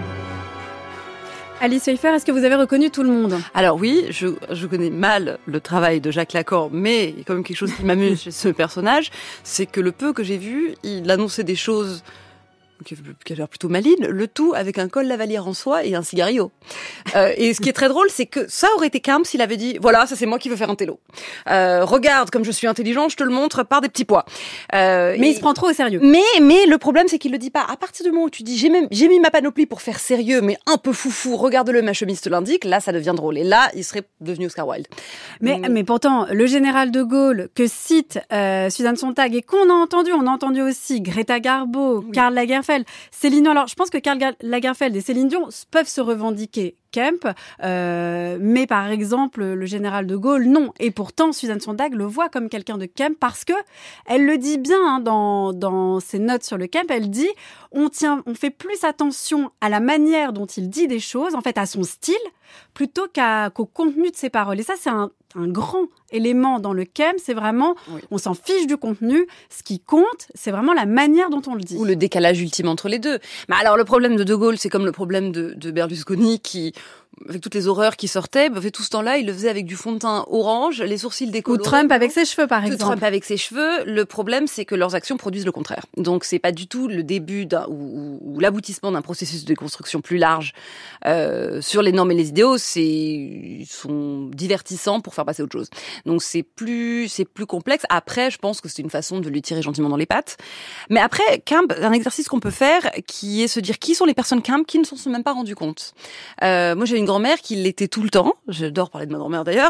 Alice Pfeiffer, est-ce que vous avez reconnu tout le monde ? Alors oui, je, je connais mal le travail de Jacques Lacan, mais il y a quand même quelque chose qui m'amuse chez ce personnage, c'est que le peu que j'ai vu, il annonçait des choses qui a l'air plutôt maligne, le tout avec un col lavalière en soie et un cigarillo. Euh, et ce qui est très drôle, c'est que ça aurait été camp s'il avait dit, voilà, ça c'est moi qui veux faire un télo. Euh, regarde, comme je suis intelligent, je te le montre par des petits pois. Euh, mais et... il se prend trop au sérieux. Mais, mais le problème, c'est qu'il le dit pas. À partir du moment où tu dis, j'ai même, j'ai mis ma panoplie pour faire sérieux, mais un peu foufou, regarde-le, ma chemise te l'indique, là, ça devient drôle. Et là, il serait devenu Oscar Wilde. Mais, mais, mais pourtant, le général de Gaulle, que cite euh, Susan Sontag, et qu'on a entendu, on a entendu aussi Greta Garbo, oui. Karl Lagerfeld, Céline Dion. Alors, je pense que Karl Lagerfeld et Céline Dion peuvent se revendiquer camp, euh, mais par exemple, le général de Gaulle, non. Et pourtant, Susan Sontag le voit comme quelqu'un de camp parce que elle le dit bien hein, dans, dans ses notes sur le camp. Elle dit, on tient, on fait plus attention à la manière dont il dit des choses, en fait, à son style, plutôt qu'à, qu'au contenu de ses paroles. Et ça, c'est un, un grand élément dans le camp, c'est vraiment, oui. on s'en fiche du contenu, ce qui compte, c'est vraiment la manière dont on le dit. Ou le décalage ultime entre les deux. Mais alors, le problème de De Gaulle, c'est comme le problème de, de Berlusconi qui, avec toutes les horreurs qui sortaient, bah, tout ce temps-là, il le faisait avec du fond de teint orange, les sourcils décolorés. Ou Trump avec ses cheveux, par exemple. Trump avec ses cheveux. Le problème, c'est que leurs actions produisent le contraire. Donc, c'est pas du tout le début d'un, ou, ou, ou l'aboutissement d'un processus de déconstruction plus large euh, sur les normes et les idéaux. C'est, ils sont divertissants pour faire passer autre chose. Donc, c'est plus, c'est plus complexe. Après, je pense que c'est une façon de lui tirer gentiment dans les pattes. Mais après, Camp, un exercice qu'on peut faire, qui est se dire qui sont les personnes Camp qui ne s'en sont même pas rendues compte. Euh, moi, j'ai une grand-mère qui l'était tout le temps. J'adore parler de ma grand-mère d'ailleurs.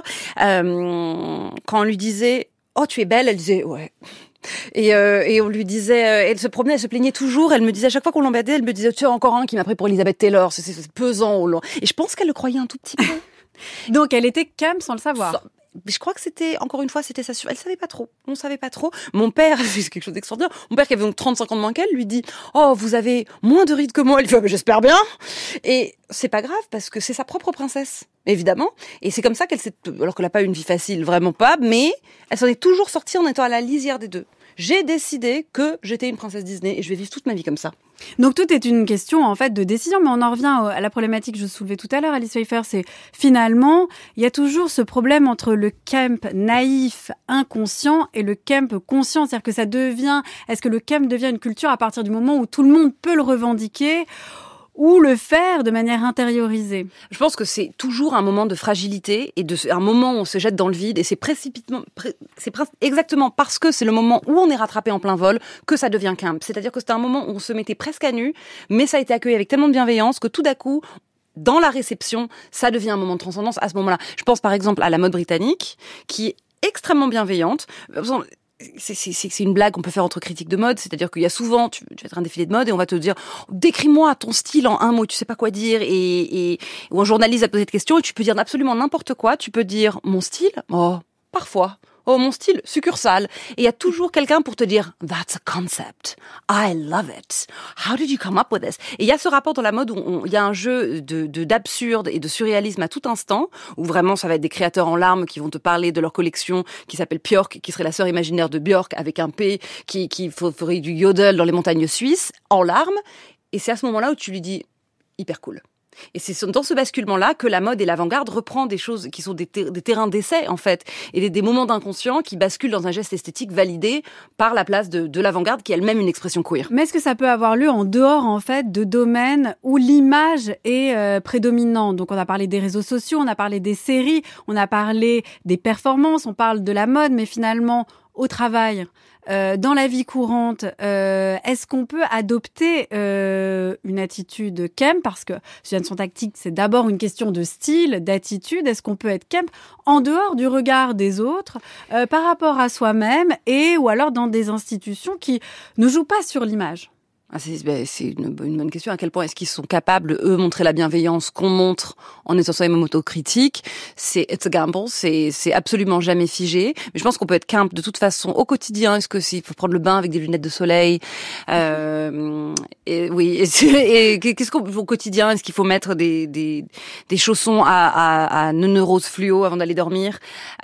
Euh, quand on lui disait « Oh, tu es belle », elle disait « Ouais ». Et, euh, et on lui disait, euh, elle se promenait, elle se plaignait toujours, elle me disait à chaque fois qu'on l'embêtait, elle me disait « Tu as encore un qui m'a pris pour Elizabeth Taylor, c'est, c'est, c'est pesant au long ». Et je pense qu'elle le croyait un tout petit peu. Donc elle était Camp sans le savoir. Sans... Je crois que c'était, encore une fois, c'était sa... Elle savait pas trop. On savait pas trop. Mon père, c'est quelque chose d'extraordinaire. Mon père, qui avait donc trente-cinq ans de moins qu'elle, lui dit « Oh, vous avez moins de rides que moi ». Elle dit oh, « J'espère bien ». Et c'est pas grave, parce que c'est sa propre princesse, évidemment. Et c'est comme ça qu'elle s'est... Alors qu'elle a pas une vie facile, vraiment pas, mais elle s'en est toujours sortie en étant à la lisière des deux. J'ai décidé que j'étais une princesse Disney et je vais vivre toute ma vie comme ça. Donc tout est une question en fait de décision, mais on en revient à la problématique que je soulevais tout à l'heure, Alice Pfeiffer, c'est finalement il y a toujours ce problème entre le camp naïf, inconscient et le camp conscient, c'est-à-dire que ça devient, est-ce que le camp devient une culture à partir du moment où tout le monde peut le revendiquer ou le faire de manière intériorisée? Je pense que c'est toujours un moment de fragilité et de, un moment où on se jette dans le vide et c'est précipitamment, c'est exactement parce que c'est le moment où on est rattrapé en plein vol que ça devient camp. C'est-à-dire que c'était un moment où on se mettait presque à nu, mais ça a été accueilli avec tellement de bienveillance que tout d'un coup, dans la réception, ça devient un moment de transcendance à ce moment-là. Je pense par exemple à la mode britannique qui est extrêmement bienveillante. C'est, c'est, c'est une blague qu'on peut faire entre critiques de mode, c'est-à-dire qu'il y a souvent, tu, tu vas être un défilé de mode et on va te dire décris-moi ton style en un mot, tu sais pas quoi dire, et, et ou un journaliste va te poser cette question et tu peux dire absolument n'importe quoi, tu peux dire mon style, oh, parfois. Oh, mon style, succursale. Et il y a toujours quelqu'un pour te dire « That's a concept. I love it. How did you come up with this ?» Et il y a ce rapport dans la mode où il y a un jeu de, de, d'absurde et de surréalisme à tout instant, où vraiment ça va être des créateurs en larmes qui vont te parler de leur collection qui s'appelle Björk, qui serait la sœur imaginaire de Björk avec un P, qui, qui ferait du yodel dans les montagnes suisses, en larmes. Et c'est à ce moment-là où tu lui dis « Hyper cool ». Et c'est dans ce basculement-là que la mode et l'avant-garde reprend des choses qui sont des, ter- des terrains d'essai, en fait, et des, des moments d'inconscient qui basculent dans un geste esthétique validé par la place de, de l'avant-garde, qui est elle-même une expression queer. Mais est-ce que ça peut avoir lieu en dehors, en fait, de domaines où l'image est euh, prédominante? Donc, on a parlé des réseaux sociaux, on a parlé des séries, on a parlé des performances, on parle de la mode, mais finalement, au travail, euh, dans la vie courante, euh, est-ce qu'on peut adopter euh, une attitude camp? Parce que Suzanne Sontag, c'est d'abord une question de style, d'attitude. Est-ce qu'on peut être camp en dehors du regard des autres, euh, par rapport à soi-même, et ou alors dans des institutions qui ne jouent pas sur l'image? Ah, c'est, ben, c'est une, une bonne question. À quel point est-ce qu'ils sont capables, eux, montrer la bienveillance qu'on montre en étant soi-même autocritique? C'est it's a gamble, c'est, c'est absolument jamais figé. Mais je pense qu'on peut être camp de toute façon au quotidien. Est-ce que s'il faut prendre le bain avec des lunettes de soleil? Euh, et, oui. Et, et qu'est-ce qu'on au quotidien? Est-ce qu'il faut mettre des, des, des chaussons à, à, à neurose fluo avant d'aller dormir?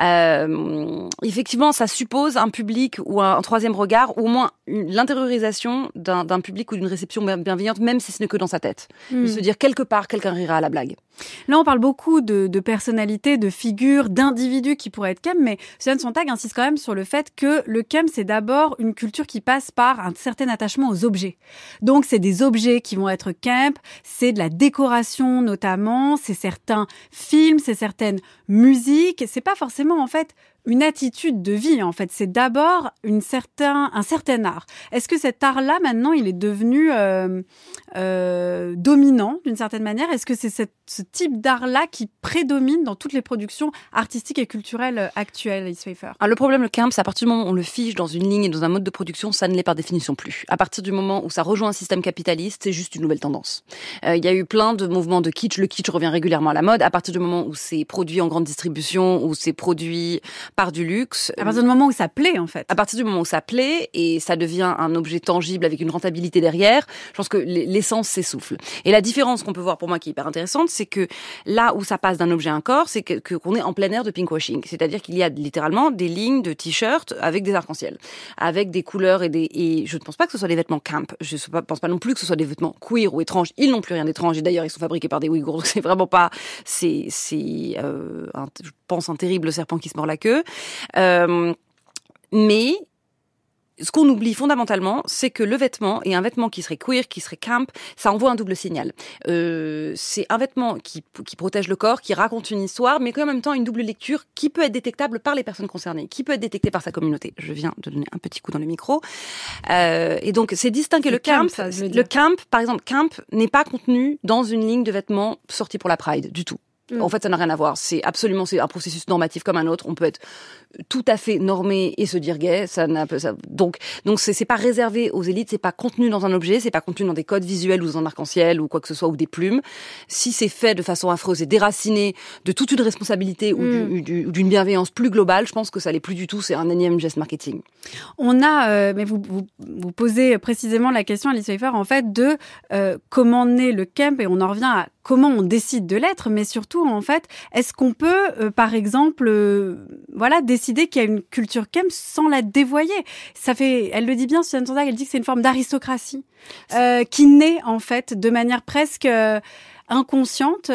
Euh, effectivement, ça suppose un public ou un, un troisième regard, ou au moins une, l'intériorisation d'un, d'un public ou d'une réception bienveillante, même si ce n'est que dans sa tête. Mmh. De se dire, quelque part, quelqu'un rira à la blague. Là, on parle beaucoup de, de personnalités, de figures, d'individus qui pourraient être camp, mais Suzanne Sontag insiste quand même sur le fait que le camp, c'est d'abord une culture qui passe par un certain attachement aux objets. Donc, c'est des objets qui vont être camp, c'est de la décoration notamment, c'est certains films, c'est certaines musiques, c'est pas forcément, en fait, une attitude de vie, en fait. C'est d'abord une certain, un certain art. Est-ce que cet art-là, maintenant, il est devenu euh, euh, dominant, d'une certaine manière? Est-ce que c'est cette, ce type d'art-là qui prédomine dans toutes les productions artistiques et culturelles actuelles, Alice Pfeiffer? Ah, le problème, le camp, c'est à partir du moment où on le fige dans une ligne et dans un mode de production, ça ne l'est par définition plus. À partir du moment où ça rejoint un système capitaliste, c'est juste une nouvelle tendance. Euh, il y a eu plein de mouvements de kitsch. Le kitsch revient régulièrement à la mode. À partir du moment où c'est produit en grande distribution, où c'est produit par du luxe. À partir du moment où ça plaît, en fait. À partir du moment où ça plaît et ça devient un objet tangible avec une rentabilité derrière, je pense que l'essence s'essouffle. Et la différence qu'on peut voir pour moi qui est hyper intéressante, c'est que que là où ça passe d'un objet à un corps, c'est que, que qu'on est en plein air de pinkwashing. C'est-à-dire qu'il y a littéralement des lignes de t-shirts avec des arcs-en-ciel, avec des couleurs et des, et je ne pense pas que ce soit des vêtements camp. Je ne pense pas non plus que ce soit des vêtements queer ou étranges. Ils n'ont plus rien d'étrange et d'ailleurs ils sont fabriqués par des Ouïghours, donc c'est vraiment pas, c'est, c'est, euh, un, je pense un terrible serpent qui se mord la queue. Euh, mais ce qu'on oublie fondamentalement, c'est que le vêtement, et un vêtement qui serait queer, qui serait camp, ça envoie un double signal. Euh, c'est un vêtement qui, qui protège le corps, qui raconte une histoire, mais qui en même temps une double lecture qui peut être détectable par les personnes concernées, qui peut être détectée par sa communauté. Je viens de donner un petit coup dans le micro. Euh, et donc, c'est distinguer le, le camp. camp ça, le camp, par exemple, camp n'est pas contenu dans une ligne de vêtements sortie pour la Pride, du tout. En fait, ça n'a rien à voir. C'est absolument, c'est un processus normatif comme un autre. On peut être tout à fait normé et se dire gay. Ça n'a, ça, donc, donc c'est, c'est pas réservé aux élites. C'est pas contenu dans un objet. C'est pas contenu dans des codes visuels ou dans un arc-en-ciel ou quoi que ce soit ou des plumes. Si c'est fait de façon affreuse et déraciné de toute une responsabilité ou, mm. du, du, ou d'une bienveillance plus globale, je pense que ça l'est plus du tout. C'est un énième geste marketing. On a, euh, mais vous, vous, vous posez précisément la question, Alice Pfeiffer, en fait, de euh, comment naît le camp, et on en revient à comment on décide de l'être, mais surtout, en fait, est-ce qu'on peut, euh, par exemple, euh, voilà, décider qu'il y a une culture camp sans la dévoyer ? Ça fait, elle le dit bien, Suzanne Sontag, elle dit que c'est une forme d'aristocratie euh, qui naît, en fait, de manière presque euh, inconsciente.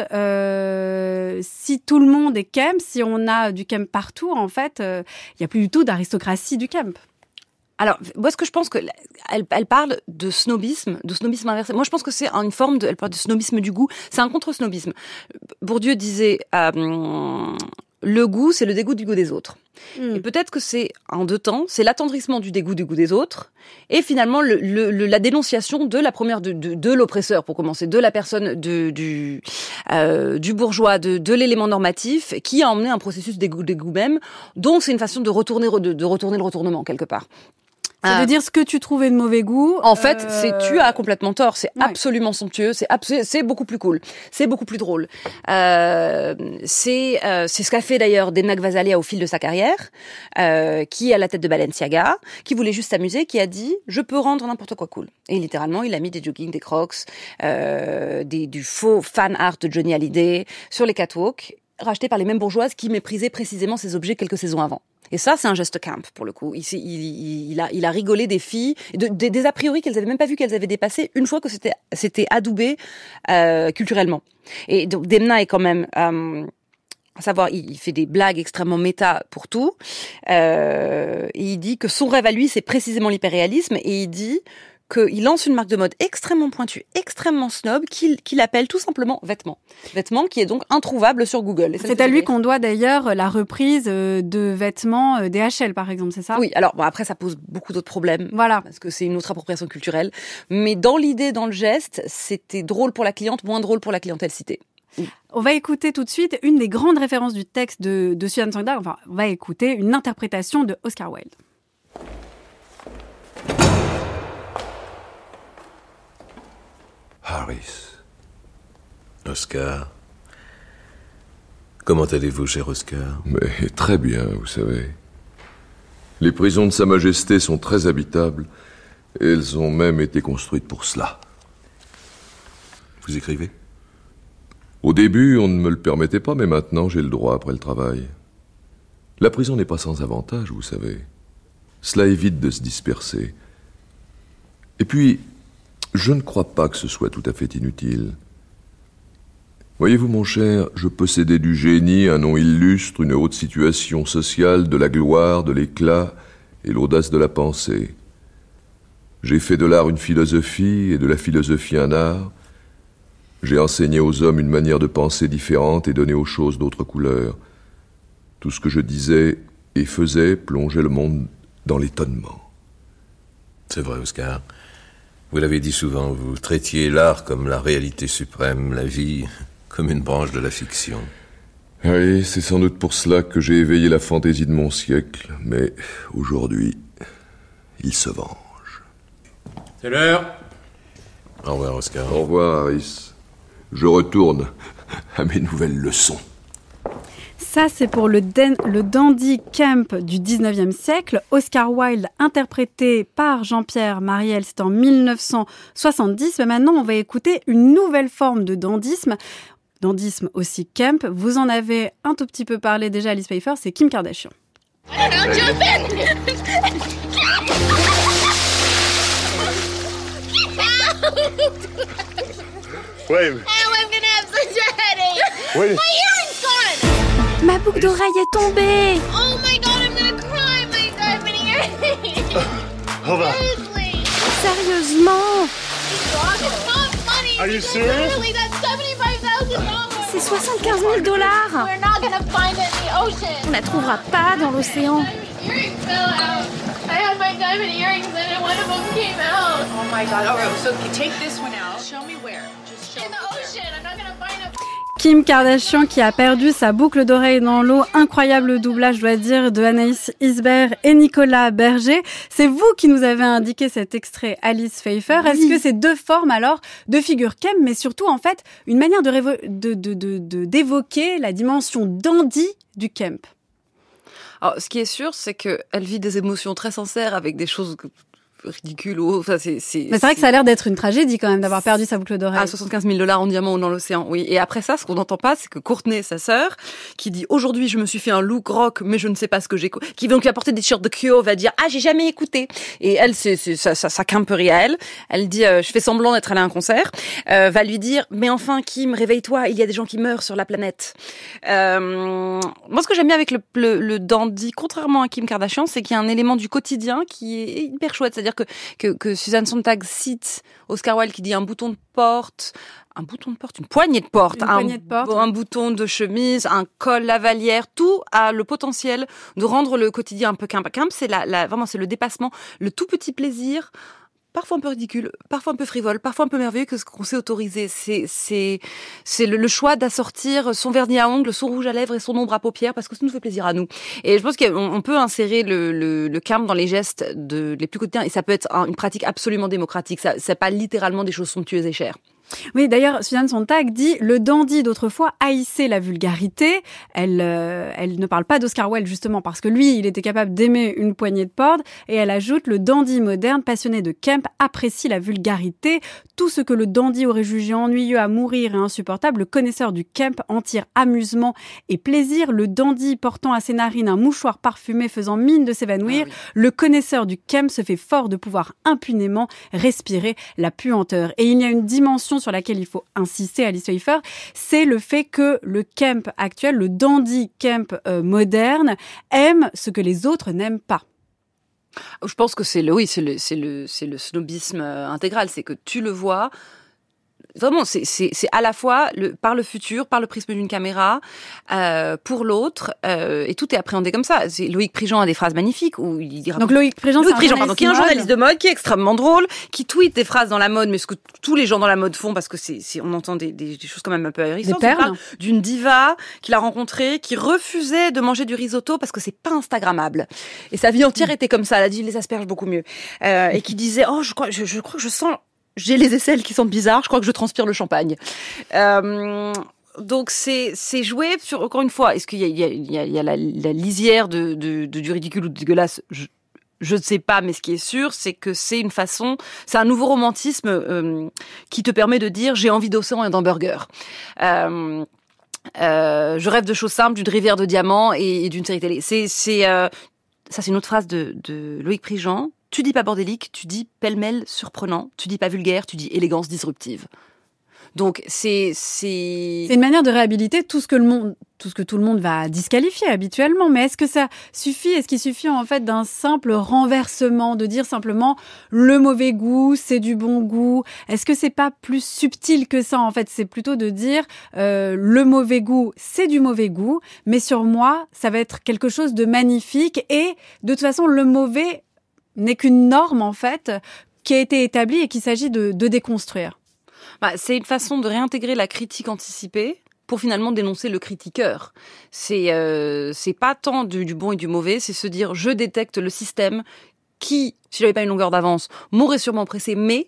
Euh, si tout le monde est camp, si on a du camp partout, en fait, il euh, n'y a plus du tout d'aristocratie du camp. Alors, moi, ce que je pense que elle, elle parle de snobisme, de snobisme inversé. Moi, je pense que c'est une forme de, elle parle de snobisme du goût. C'est un contre-snobisme. Bourdieu disait, euh, le goût, c'est le dégoût du goût des autres. Mm. Et peut-être que c'est en deux temps, c'est l'attendrissement du dégoût du goût des autres, et finalement le, le, le, la dénonciation de la première de, de, de l'oppresseur, pour commencer, de la personne de, du euh, du bourgeois, de, de l'élément normatif, qui a emmené un processus dégoût, dégoût même. Donc c'est une façon de retourner de, de retourner le retournement quelque part. Ça veut dire ce que tu trouvais de mauvais goût. En fait, euh... c'est tu as complètement tort. C'est ouais. absolument somptueux. C'est abs- c'est beaucoup plus cool. C'est beaucoup plus drôle. Euh, c'est euh, c'est ce qu'a fait d'ailleurs Demna Gvasalia au fil de sa carrière, euh, qui est à la tête de Balenciaga, qui voulait juste s'amuser, qui a dit je peux rendre n'importe quoi cool. Et littéralement, il a mis des joggings, des Crocs, euh, des du faux fan art de Johnny Hallyday sur les catwalks, rachetés par les mêmes bourgeoises qui méprisaient précisément ces objets quelques saisons avant. Et ça, c'est un geste camp, pour le coup. Il, il, il, il, a, il a rigolé des filles, de, de, des a priori qu'elles avaient même pas vu qu'elles avaient dépassé une fois que c'était, c'était adoubé euh, culturellement. Et donc, Demna est quand même... Euh, à savoir, il, il fait des blagues extrêmement méta pour tout. Euh, et il dit que son rêve à lui, c'est précisément l'hyperréalisme. Et il dit... qu'il lance une marque de mode extrêmement pointue, extrêmement snob, qu'il, qu'il appelle tout simplement Vêtements. Vêtements qui est donc introuvable sur Google. Et c'est à lui qu'on doit d'ailleurs la reprise de vêtements D H L, par exemple, c'est ça ? Oui, alors bon, après ça pose beaucoup d'autres problèmes, voilà. Parce que c'est une autre appropriation culturelle. Mais dans l'idée, dans le geste, c'était drôle pour la cliente, moins drôle pour la clientèle citée. On va écouter tout de suite une des grandes références du texte de, de Suzanne Sontag. Enfin, on va écouter une interprétation de Oscar Wilde. Harris. Oscar. Comment allez-vous, cher Oscar ? Mais très bien, vous savez. Les prisons de Sa Majesté sont très habitables, et elles ont même été construites pour cela. Vous écrivez ? Au début, on ne me le permettait pas, mais maintenant, j'ai le droit après le travail. La prison n'est pas sans avantage, vous savez. Cela évite de se disperser. Et puis... je ne crois pas que ce soit tout à fait inutile. Voyez-vous, mon cher, je possédais du génie, un nom illustre, une haute situation sociale, de la gloire, de l'éclat et l'audace de la pensée. J'ai fait de l'art une philosophie et de la philosophie un art. J'ai enseigné aux hommes une manière de penser différente et donné aux choses d'autres couleurs. Tout ce que je disais et faisais plongeait le monde dans l'étonnement. C'est vrai, Oscar. Vous l'avez dit souvent, vous traitiez l'art comme la réalité suprême, la vie comme une branche de la fiction. Oui, c'est sans doute pour cela que j'ai éveillé la fantaisie de mon siècle, mais aujourd'hui, il se venge. C'est l'heure. Au revoir, Oscar. Au revoir, Harris. Je retourne à mes nouvelles leçons. Ça, c'est pour le, den- le dandy camp du dix-neuvième siècle. Oscar Wilde, interprété par Jean-Pierre Mariel, c'est en mille neuf cent soixante-dix. Mais maintenant, on va écouter une nouvelle forme de dandysme. dandysme aussi Kemp. Vous en avez un tout petit peu parlé déjà, Alice Pfeiffer, c'est Kim Kardashian. I don't know, jump in! Ouais. Oh, I'm gonna have such a headache! Oui. My earring's gone! Ma boucle d'oreille est tombée! Oh my god, I'm gonna cry! My diamond earring! Hold on. Seriously! Sérieusement? It's not funny! Are you serious? Literally, that's seventy-five thousand dollars! C'est soixante-quinze mille dollars! We're not gonna find it in the ocean! On la trouvera pas dans l'océan. My earrings fell out! I had my diamond earrings and one of them came out! Oh my god. All right, so you take this one out. Show me where. Just show In me. the ocean! I'm not gonna find it! Kim Kardashian qui a perdu sa boucle d'oreille dans l'eau. Incroyable doublage, je dois dire, de Anaïs Isbert et Nicolas Berger. C'est vous qui nous avez indiqué cet extrait, Alice Pfeiffer. Oui. Est-ce que c'est deux formes alors de figure Kemp, mais surtout en fait une manière de, révo- de, de, de, de d'évoquer la dimension dandy du Kemp? Alors, ce qui est sûr, c'est qu'elle vit des émotions très sincères avec des choses ridicules. Enfin, c'est, c'est, Mais c'est vrai que ça a l'air d'être une tragédie quand même d'avoir perdu sa boucle d'oreille. À soixante-quinze mille dollars en diamant ou dans l'océan, oui. Et après ça, ce qu'on n'entend pas, c'est que Courtney, sa sœur, qui dit aujourd'hui je me suis fait un look rock, mais je ne sais pas ce que j'écoute, qui donc lui apporter des t-shirts de Kyo, va dire ah j'ai jamais écouté. Et elle, c'est, c'est ça, ça, ça quimperie à elle. Elle dit euh, je fais semblant d'être allée à un concert. Euh, va lui dire mais enfin Kim, réveille-toi, il y a des gens qui meurent sur la planète. Euh, moi, ce que j'aime bien avec le, le, le dandy, contrairement à Kim Kardashian, c'est qu'il y a un élément du quotidien qui est hyper chouette, c'est-à-dire que que, que Susan Sontag cite Oscar Wilde qui dit un bouton de porte, un bouton de porte, une poignée de porte, une un, poignée de porte, un bouton de chemise, un col lavalière, tout a le potentiel de rendre le quotidien un peu quimp. Quimp, c'est la, la, vraiment, c'est le dépassement, le tout petit plaisir, parfois un peu ridicule, parfois un peu frivole, parfois un peu merveilleux que ce qu'on s'est autorisé. C'est, c'est, c'est le, le choix d'assortir son vernis à ongles, son rouge à lèvres et son ombre à paupières parce que ça nous fait plaisir à nous. Et je pense qu'on on peut insérer le, le, le camp dans les gestes de, les plus quotidiens et ça peut être un, une pratique absolument démocratique. Ça, c'est pas littéralement des choses somptueuses et chères. Oui, d'ailleurs, Susan Sontag dit « Le dandy d'autrefois haïssait la vulgarité ». Elle euh, elle ne parle pas d'Oscar Wilde, justement, parce que lui, il était capable d'aimer une poignée de porte. Et elle ajoute « Le dandy moderne, passionné de Kemp, apprécie la vulgarité. Tout ce que le dandy aurait jugé ennuyeux à mourir et insupportable, le connaisseur du Kemp en tire amusement et plaisir. Le dandy portant à ses narines un mouchoir parfumé faisant mine de s'évanouir. Ah oui. Le connaisseur du Kemp se fait fort de pouvoir impunément respirer la puanteur. » Et il y a une dimension sur laquelle il faut insister, Alice Pfeiffer, c'est le fait que le Kemp actuel, le dandy Kemp euh, moderne, aime ce que les autres n'aiment pas. Je pense que c'est le, oui, c'est le, c'est le, c'est le snobisme intégral, c'est que tu le vois. Vraiment, c'est, c'est, c'est à la fois le, par le futur, par le prisme d'une caméra, euh, pour l'autre, euh, et tout est appréhendé comme ça. C'est, Loïc Prigent a des phrases magnifiques où il dira. Donc Loïc Prigent, Loïc c'est Prigent, un pardon, qui est un journaliste de mode, qui est extrêmement drôle, qui tweet des phrases dans la mode, mais ce que tous les gens dans la mode font, parce que c'est, c'est on entend des, des, des choses quand même un peu ahérissantes. Des perles. D'une diva qu'il a rencontrée, qui refusait de manger du risotto parce que c'est pas instagrammable. Et sa vie entière était comme ça. Elle a dit les asperges beaucoup mieux, euh, et qui disait oh je crois, je, je crois que je sens. J'ai les aisselles qui sentent bizarres, je crois que je transpire le champagne. Euh, donc c'est c'est joué sur, encore une fois, est-ce qu'il y a il y a il y a, il y a la, la lisière de, de de du ridicule ou du dégueulasse, je, je ne sais pas, mais ce qui est sûr, c'est que c'est une façon, c'est un nouveau romantisme euh, qui te permet de dire j'ai envie d'océan et d'hamburger. Euh, euh, je rêve de choses simples, d'une rivière de diamants et, et d'une série télé. C'est c'est euh, ça c'est une autre phrase de de Loïc Prigent. Tu dis pas bordélique, tu dis pêle-mêle surprenant, tu dis pas vulgaire, tu dis élégance disruptive. Donc c'est c'est c'est une manière de réhabiliter tout ce que le monde tout ce que tout le monde va disqualifier habituellement, mais est-ce que ça suffit? Est-ce qu'il suffit en fait d'un simple renversement, de dire simplement le mauvais goût, c'est du bon goût? Est-ce que c'est pas plus subtil que ça en fait? C'est plutôt de dire euh, le mauvais goût, c'est du mauvais goût, mais sur moi, ça va être quelque chose de magnifique et de toute façon le mauvais n'est qu'une norme, en fait, qui a été établie et qu'il s'agit de, de déconstruire. Bah, c'est une façon de réintégrer la critique anticipée pour finalement dénoncer le critiqueur. C'est, euh, c'est pas tant du, du bon et du mauvais, c'est se dire je détecte le système qui, si j'avais pas une longueur d'avance, m'aurait sûrement pressé, mais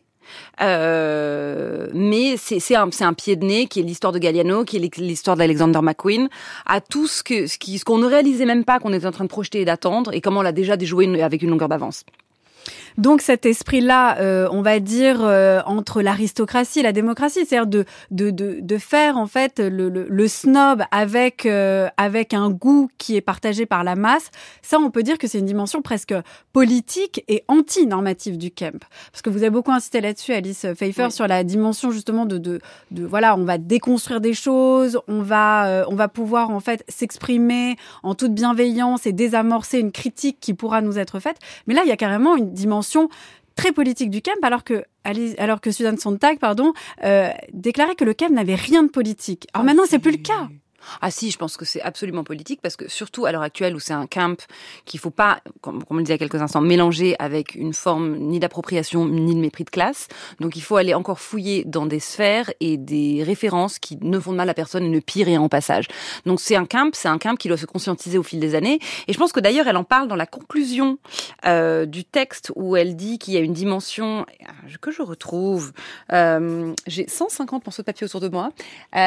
Euh, mais c'est, c'est, un, c'est un pied de nez qui est l'histoire de Galliano, qui est l'histoire d'Alexander McQueen, à tout ce, que, ce, qui, ce qu'on ne réalisait même pas qu'on était en train de projeter et d'attendre, et comment on l'a déjà déjoué avec une longueur d'avance. Donc cet esprit-là, euh, on va dire euh, entre l'aristocratie et la démocratie, c'est-à-dire de de de, de faire en fait le, le, le snob avec euh, avec un goût qui est partagé par la masse. Ça, on peut dire que c'est une dimension presque politique et anti-normative du camp. Parce que vous avez beaucoup insisté là-dessus, Alice Pfeiffer, oui. sur la dimension justement de de de voilà, on va déconstruire des choses, on va euh, on va pouvoir en fait s'exprimer en toute bienveillance et désamorcer une critique qui pourra nous être faite. Mais là, il y a carrément une dimension très politique du camp, alors que, alors que Susan Sontag, pardon, euh, déclarait que le camp n'avait rien de politique. Alors maintenant, c'est plus le cas. Ah si, je pense que c'est absolument politique parce que surtout à l'heure actuelle où c'est un camp qu'il faut pas, comme, comme on le disait il y a quelques instants, mélanger avec une forme ni d'appropriation ni de mépris de classe. Donc il faut aller encore fouiller dans des sphères et des références qui ne font de mal à personne et ne pillent rien au passage. Donc c'est un camp, c'est un camp qui doit se conscientiser au fil des années. Et je pense que d'ailleurs elle en parle dans la conclusion euh, du texte où elle dit qu'il y a une dimension que je retrouve. Euh, j'ai cent cinquante morceaux de papier autour de moi.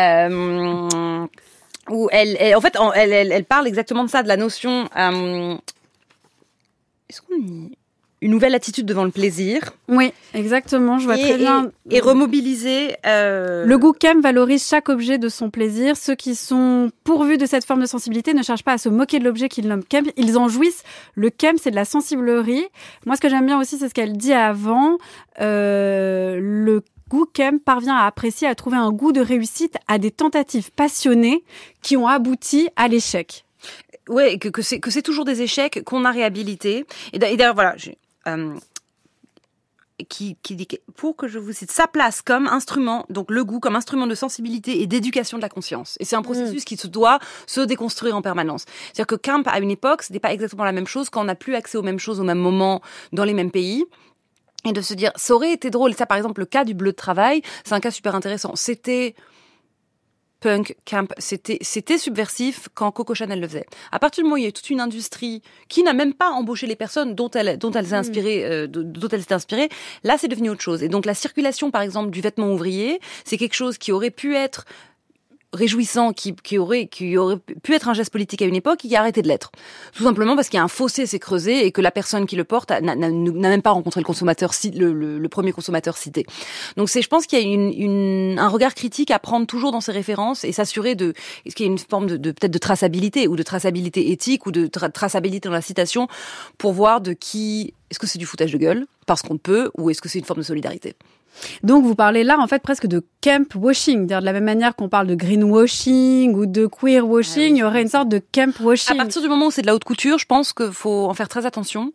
Euh, où elle, elle, en fait, elle, elle, elle parle exactement de ça, de la notion. Euh, est-ce qu'on dit une nouvelle attitude devant le plaisir? Oui, exactement. Je vois et, très bien. Et, et remobiliser. Euh... Le goût camp valorise chaque objet de son plaisir. Ceux qui sont pourvus de cette forme de sensibilité ne cherchent pas à se moquer de l'objet qu'ils nomment camp. Ils en jouissent. Le camp, c'est de la sensiblerie. Moi, ce que j'aime bien aussi, c'est ce qu'elle dit avant. Euh, le goût camp parvient à apprécier, à trouver un goût de réussite à des tentatives passionnées qui ont abouti à l'échec. Ouais, que, que c'est que c'est toujours des échecs qu'on a réhabilités. Et d'ailleurs, voilà, j'ai, euh, qui qui dit que, pour que je vous cite, sa place comme instrument, donc le goût comme instrument de sensibilité et d'éducation de la conscience. Et c'est un processus mmh. qui se doit se déconstruire en permanence. C'est-à-dire que camp à une époque, c'était pas exactement la même chose quand on n'a plus accès aux mêmes choses au même moment dans les mêmes pays. Et de se dire, ça aurait été drôle. Ça, par exemple, le cas du bleu de travail, c'est un cas super intéressant. C'était punk, camp, c'était, c'était subversif quand Coco Chanel le faisait. À partir du moment où il y a toute une industrie qui n'a même pas embauché les personnes dont elle, dont elle s'est inspirée, euh, dont elle s'est inspirée, là, c'est devenu autre chose. Et donc, la circulation, par exemple, du vêtement ouvrier, c'est quelque chose qui aurait pu être réjouissant, qui, qui aurait, qui aurait pu être un geste politique à une époque, qui a arrêté de l'être. Tout simplement parce qu'il y a un fossé s'est creusé et que la personne qui le porte n'a, n'a, n'a même pas rencontré le consommateur, le, le, le premier consommateur cité. Donc c'est, je pense qu'il y a une, une, un regard critique à prendre toujours dans ces références et s'assurer de, est-ce qu'il y a une forme de, de peut-être de traçabilité ou de traçabilité éthique ou de tra- traçabilité dans la citation pour voir de qui, est-ce que c'est du foutage de gueule parce qu'on peut ou est-ce que c'est une forme de solidarité. Donc vous parlez là en fait presque de camp washing, c'est-à-dire de la même manière qu'on parle de greenwashing ou de queer washing, ah oui, il y aurait une sorte de camp washing. À partir du moment où c'est de la haute couture, je pense qu'il faut en faire très attention,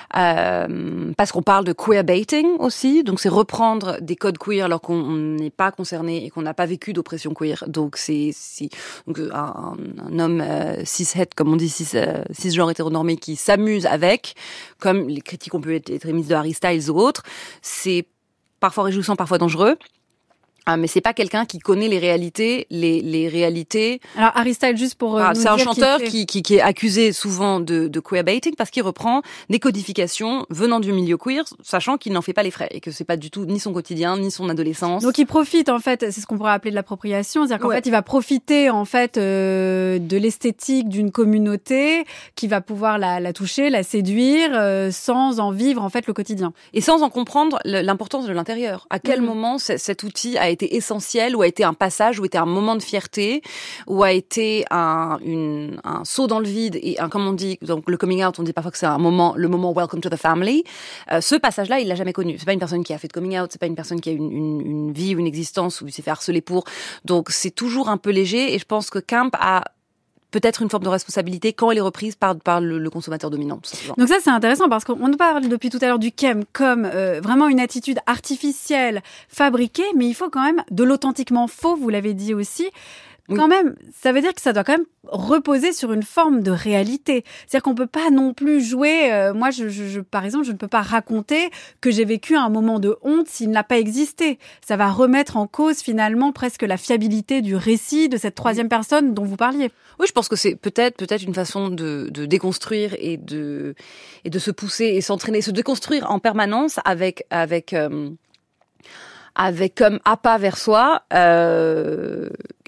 euh, parce qu'on parle de queerbaiting aussi, donc c'est reprendre des codes queer alors qu'on n'est pas concerné et qu'on n'a pas vécu d'oppression queer. Donc c'est, c'est donc un, un homme euh, cishet, comme on dit, cis, euh, cisgenre hétéronormé qui s'amuse avec, comme les critiques ont pu être, être émises de Harry Styles ou autres, c'est parfois réjouissant, parfois dangereux. Ah, mais c'est pas quelqu'un qui connaît les réalités, les, les réalités. Alors, Harry Styles, juste pour ah, nous c'est un dire chanteur qui, fait... qui, qui, qui est accusé souvent de, de queerbaiting parce qu'il reprend des codifications venant du milieu queer, sachant qu'il n'en fait pas les frais et que c'est pas du tout ni son quotidien, ni son adolescence. Donc, il profite, en fait, c'est ce qu'on pourrait appeler de l'appropriation. C'est-à-dire qu'en ouais. fait, il va profiter, en fait, euh, de l'esthétique d'une communauté qui va pouvoir la, la toucher, la séduire, euh, sans en vivre, en fait, le quotidien. Et sans en comprendre l'importance de l'intérieur. À quel mmh. moment c- cet outil a été essentiel, ou a été un passage, ou a été un moment de fierté, ou a été un, une, un saut dans le vide, et un, comme on dit, donc le coming out, on dit parfois que c'est un moment, le moment welcome to the family. Euh, ce passage-là, il l'a jamais connu. C'est pas une personne qui a fait de coming out, c'est pas une personne qui a une, une, une vie ou une existence où il s'est fait harceler pour. Donc c'est toujours un peu léger, et je pense que Camp a peut-être une forme de responsabilité quand elle est reprise par, par le, le consommateur dominant. Donc ça, c'est intéressant parce qu'on nous parle depuis tout à l'heure du camp comme euh, vraiment une attitude artificielle, fabriquée, mais il faut quand même de l'authentiquement faux, vous l'avez dit aussi. Oui. Quand même, ça veut dire que ça doit quand même reposer sur une forme de réalité. C'est-à-dire qu'on peut pas non plus jouer... Euh, moi, je, je, je, par exemple, je ne peux pas raconter que j'ai vécu un moment de honte s'il n'a pas existé. Ça va remettre en cause, finalement, presque la fiabilité du récit de cette troisième personne dont vous parliez. Oui, je pense que c'est peut-être peut-être une façon de, de déconstruire et de, et de se pousser et s'entraîner, se déconstruire en permanence avec... avec euh, avec comme appât vers soi... Euh,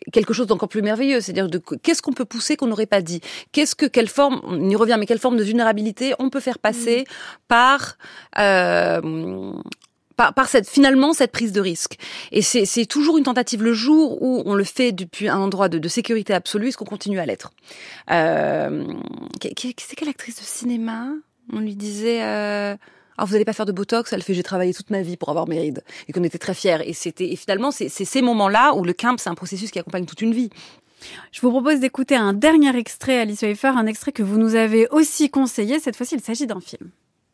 quelque chose d'encore plus merveilleux, c'est-à-dire de qu'est-ce qu'on peut pousser qu'on n'aurait pas dit, qu'est-ce que quelle forme, on y revient, mais quelle forme de vulnérabilité on peut faire passer mmh. par euh, Par, par cette, finalement, cette prise de risque. Et c'est, c'est toujours une tentative. Le jour où on le fait depuis un endroit de, de sécurité absolue, est-ce qu'on continue à l'être? euh, C'est quelle actrice de cinéma? On lui disait... Euh, ah, vous allez pas faire de botox? Elle fait, j'ai travaillé toute ma vie pour avoir mes rides. Et qu'on était très fiers. Et c'était, et finalement, c'est, c'est ces moments-là où le camp, c'est un processus qui accompagne toute une vie. Je vous propose d'écouter un dernier extrait, Alice Pfeiffer, un extrait que vous nous avez aussi conseillé. Cette fois-ci, il s'agit d'un film.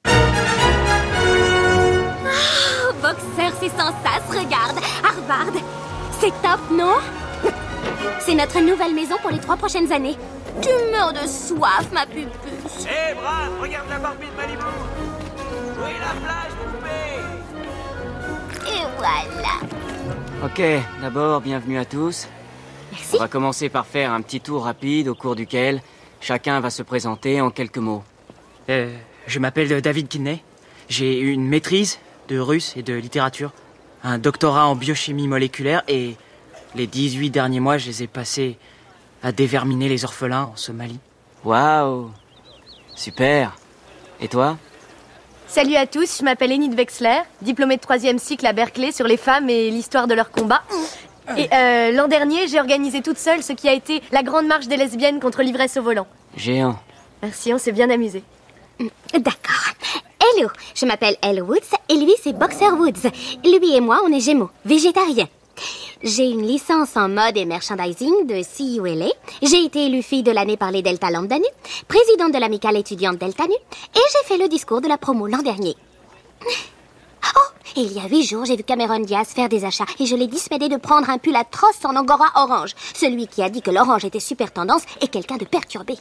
Oh, boxeur, c'est sans sas, regarde. Harvard, c'est top, non? C'est notre nouvelle maison pour les trois prochaines années. Tu meurs de soif, ma pupuce. Hé, hey, Brad, regarde la Barbie de Malibu. Où est la plage, poupée? Et voilà. Ok, d'abord, bienvenue à tous. Merci. On va commencer par faire un petit tour rapide au cours duquel chacun va se présenter en quelques mots. Euh, je m'appelle David Kinney. J'ai une maîtrise de russe et de littérature, un doctorat en biochimie moléculaire et les dix-huit derniers mois, je les ai passés à déverminer les orphelins en Somalie. Waouh, super. Et toi? Salut à tous, je m'appelle Enid Wexler, diplômée de troisième cycle à Berkeley sur les femmes et l'histoire de leur combat. Et euh, l'an dernier, j'ai organisé toute seule ce qui a été la grande marche des lesbiennes contre l'ivresse au volant. Géant. Merci, on s'est bien amusé. D'accord. Hello, je m'appelle Elle Woods et lui c'est Boxer Woods. Lui et moi on est gémeaux, végétariens. J'ai une licence en mode et merchandising de C U L A. J'ai été élue fille de l'année par les Delta Lambda Nu, présidente de l'amicale étudiante Delta Nu, et j'ai fait le discours de la promo l'an dernier. Oh, et il y a huit jours, j'ai vu Cameron Diaz faire des achats et je l'ai dissuadé de prendre un pull atroce en angora orange. Celui qui a dit que l'orange était super tendance est quelqu'un de perturbé.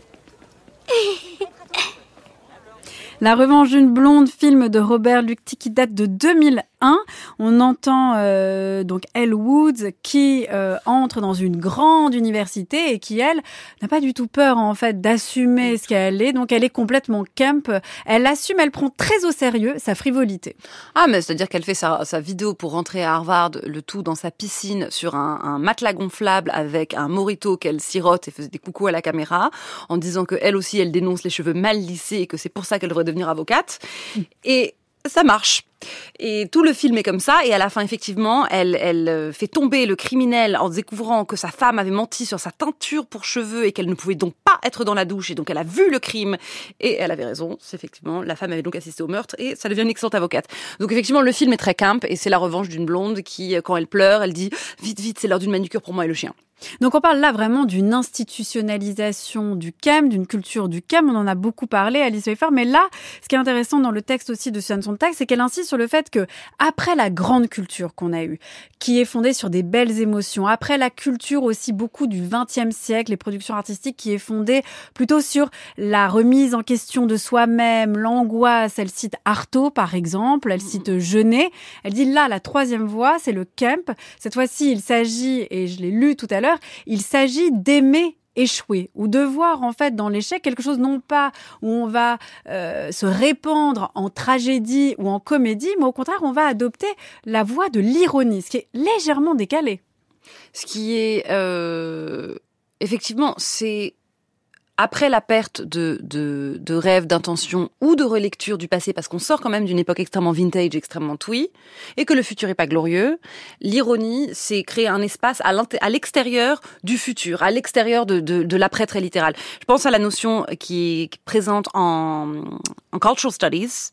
La Revanche d'une blonde, film de Robert Lucti qui date de deux mille un. On entend euh, donc Elle Woods qui euh, entre dans une grande université et qui, elle, n'a pas du tout peur en fait d'assumer ce qu'elle est. Donc elle est complètement camp. Elle assume, elle prend très au sérieux sa frivolité. Ah, mais c'est-à-dire qu'elle fait sa, sa vidéo pour rentrer à Harvard, le tout dans sa piscine sur un, un matelas gonflable avec un mojito qu'elle sirote et faisait des coucous à la caméra en disant que elle aussi, elle dénonce les cheveux mal lissés et que c'est pour ça qu'elle devrait devenir avocate. Et ça marche. Et tout le film est comme ça. Et à la fin, effectivement, elle, elle fait tomber le criminel en découvrant que sa femme avait menti sur sa teinture pour cheveux et qu'elle ne pouvait donc pas être dans la douche. Et donc, elle a vu le crime. Et elle avait raison. C'est effectivement, la femme avait donc assisté au meurtre et ça devient une excellente avocate. Donc, effectivement, le film est très camp et c'est la revanche d'une blonde qui, quand elle pleure, elle dit « Vite, vite, c'est l'heure d'une manucure pour moi et le chien ». Donc on parle là vraiment d'une institutionnalisation du camp, d'une culture du camp. On en a beaucoup parlé, Alice Pfeiffer. Mais là, ce qui est intéressant dans le texte aussi de Suzanne Sontag, c'est qu'elle insiste sur le fait que après la grande culture qu'on a eue, qui est fondée sur des belles émotions, après la culture aussi beaucoup du vingtième siècle, les productions artistiques qui est fondée plutôt sur la remise en question de soi-même, l'angoisse. Elle cite Artaud, par exemple. Elle cite Genet. Elle dit là, la troisième voie, c'est le camp. Cette fois-ci, il s'agit, et je l'ai lu tout à l'heure, il s'agit d'aimer échouer ou de voir en fait dans l'échec quelque chose non pas où on va euh, se répandre en tragédie ou en comédie, mais au contraire on va adopter la voie de l'ironie, ce qui est légèrement décalé. Ce qui est euh, effectivement, c'est après la perte de, de, de rêves, d'intentions ou de relecture du passé, parce qu'on sort quand même d'une époque extrêmement vintage, extrêmement twee, et que le futur est pas glorieux, l'ironie, c'est créer un espace à, à l'extérieur du futur, à l'extérieur de, de, de l'après très littéral. Je pense à la notion qui est présente en, en Cultural Studies,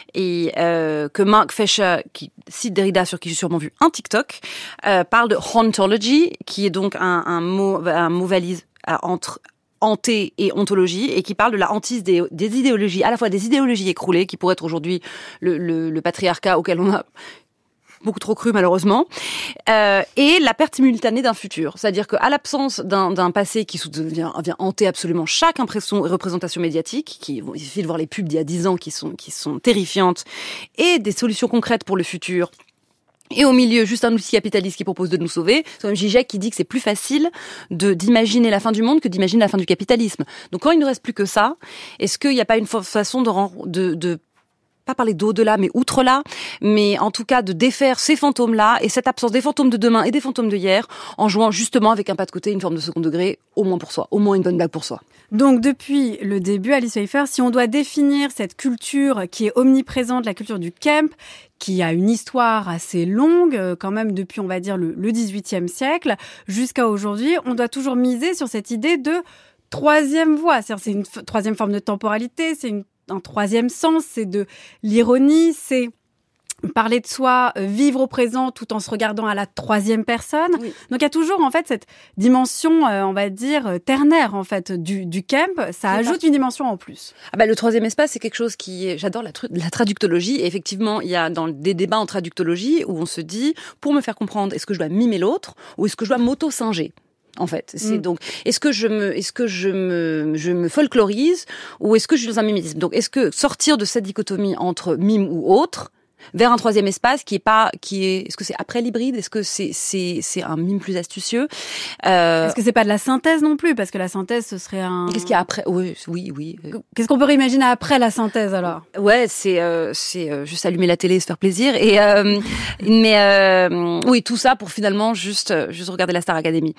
et euh, que Mark Fisher, qui cite Derrida, sur qui j'ai sûrement vu un TikTok, euh, parle de hauntology, qui est donc un, un mot, un mot valise entre hanté et ontologie, et qui parle de la hantise des, des idéologies, à la fois des idéologies écroulées, qui pourraient être aujourd'hui le, le, le patriarcat auquel on a beaucoup trop cru malheureusement, euh, et la perte simultanée d'un futur. C'est-à-dire qu'à l'absence d'un, d'un passé qui vient, vient hanter absolument chaque impression et représentation médiatique, qui, il suffit de voir les pubs d'il y a dix ans qui sont, qui sont terrifiantes, et des solutions concrètes pour le futur, et au milieu, juste un outil capitaliste qui propose de nous sauver. C'est même Zizek qui dit que c'est plus facile de d'imaginer la fin du monde que d'imaginer la fin du capitalisme. Donc quand il ne reste plus que ça, est-ce qu'il n'y a pas une façon de, de, de pas parler d'au-delà, mais outre-là, mais en tout cas de défaire ces fantômes-là et cette absence des fantômes de demain et des fantômes de hier, en jouant justement avec un pas de côté, une forme de second degré, au moins pour soi, au moins une bonne blague pour soi. Donc depuis le début, Alice Pfeiffer, si on doit définir cette culture qui est omniprésente, la culture du camp, qui a une histoire assez longue, quand même depuis, on va dire, le, le dix-huitième siècle, jusqu'à aujourd'hui, on doit toujours miser sur cette idée de troisième voie. C'est-à-dire, c'est une f- troisième forme de temporalité, c'est une, un troisième sens, c'est de l'ironie, c'est parler de soi, euh, vivre au présent tout en se regardant à la troisième personne. Oui. Donc il y a toujours en fait cette dimension, euh, on va dire euh, ternaire en fait du, du camp. Ça c'est ajoute pas... une dimension en plus. Ah bah le troisième espace c'est quelque chose qui, j'adore la, tru... la traductologie. Et effectivement il y a dans des débats en traductologie où on se dit pour me faire comprendre est-ce que je dois mimer l'autre ou est-ce que je dois m'auto-singer. En fait, c'est mm. donc est-ce que je me est-ce que je me je me folklorise ou est-ce que je suis dans un mimétisme. Donc est-ce que sortir de cette dichotomie entre mime ou autre vers un troisième espace qui est pas qui est est-ce que c'est après l'hybride, est-ce que c'est c'est c'est un mime plus astucieux, euh... est-ce que c'est pas de la synthèse non plus parce que la synthèse ce serait un qu'est-ce qu'il y a après oui oui oui qu'est-ce qu'on peut réimaginer après la synthèse alors ouais c'est euh, c'est euh, juste allumer la télé et se faire plaisir et euh, mais euh, oui tout ça pour finalement juste juste regarder la Star Academy.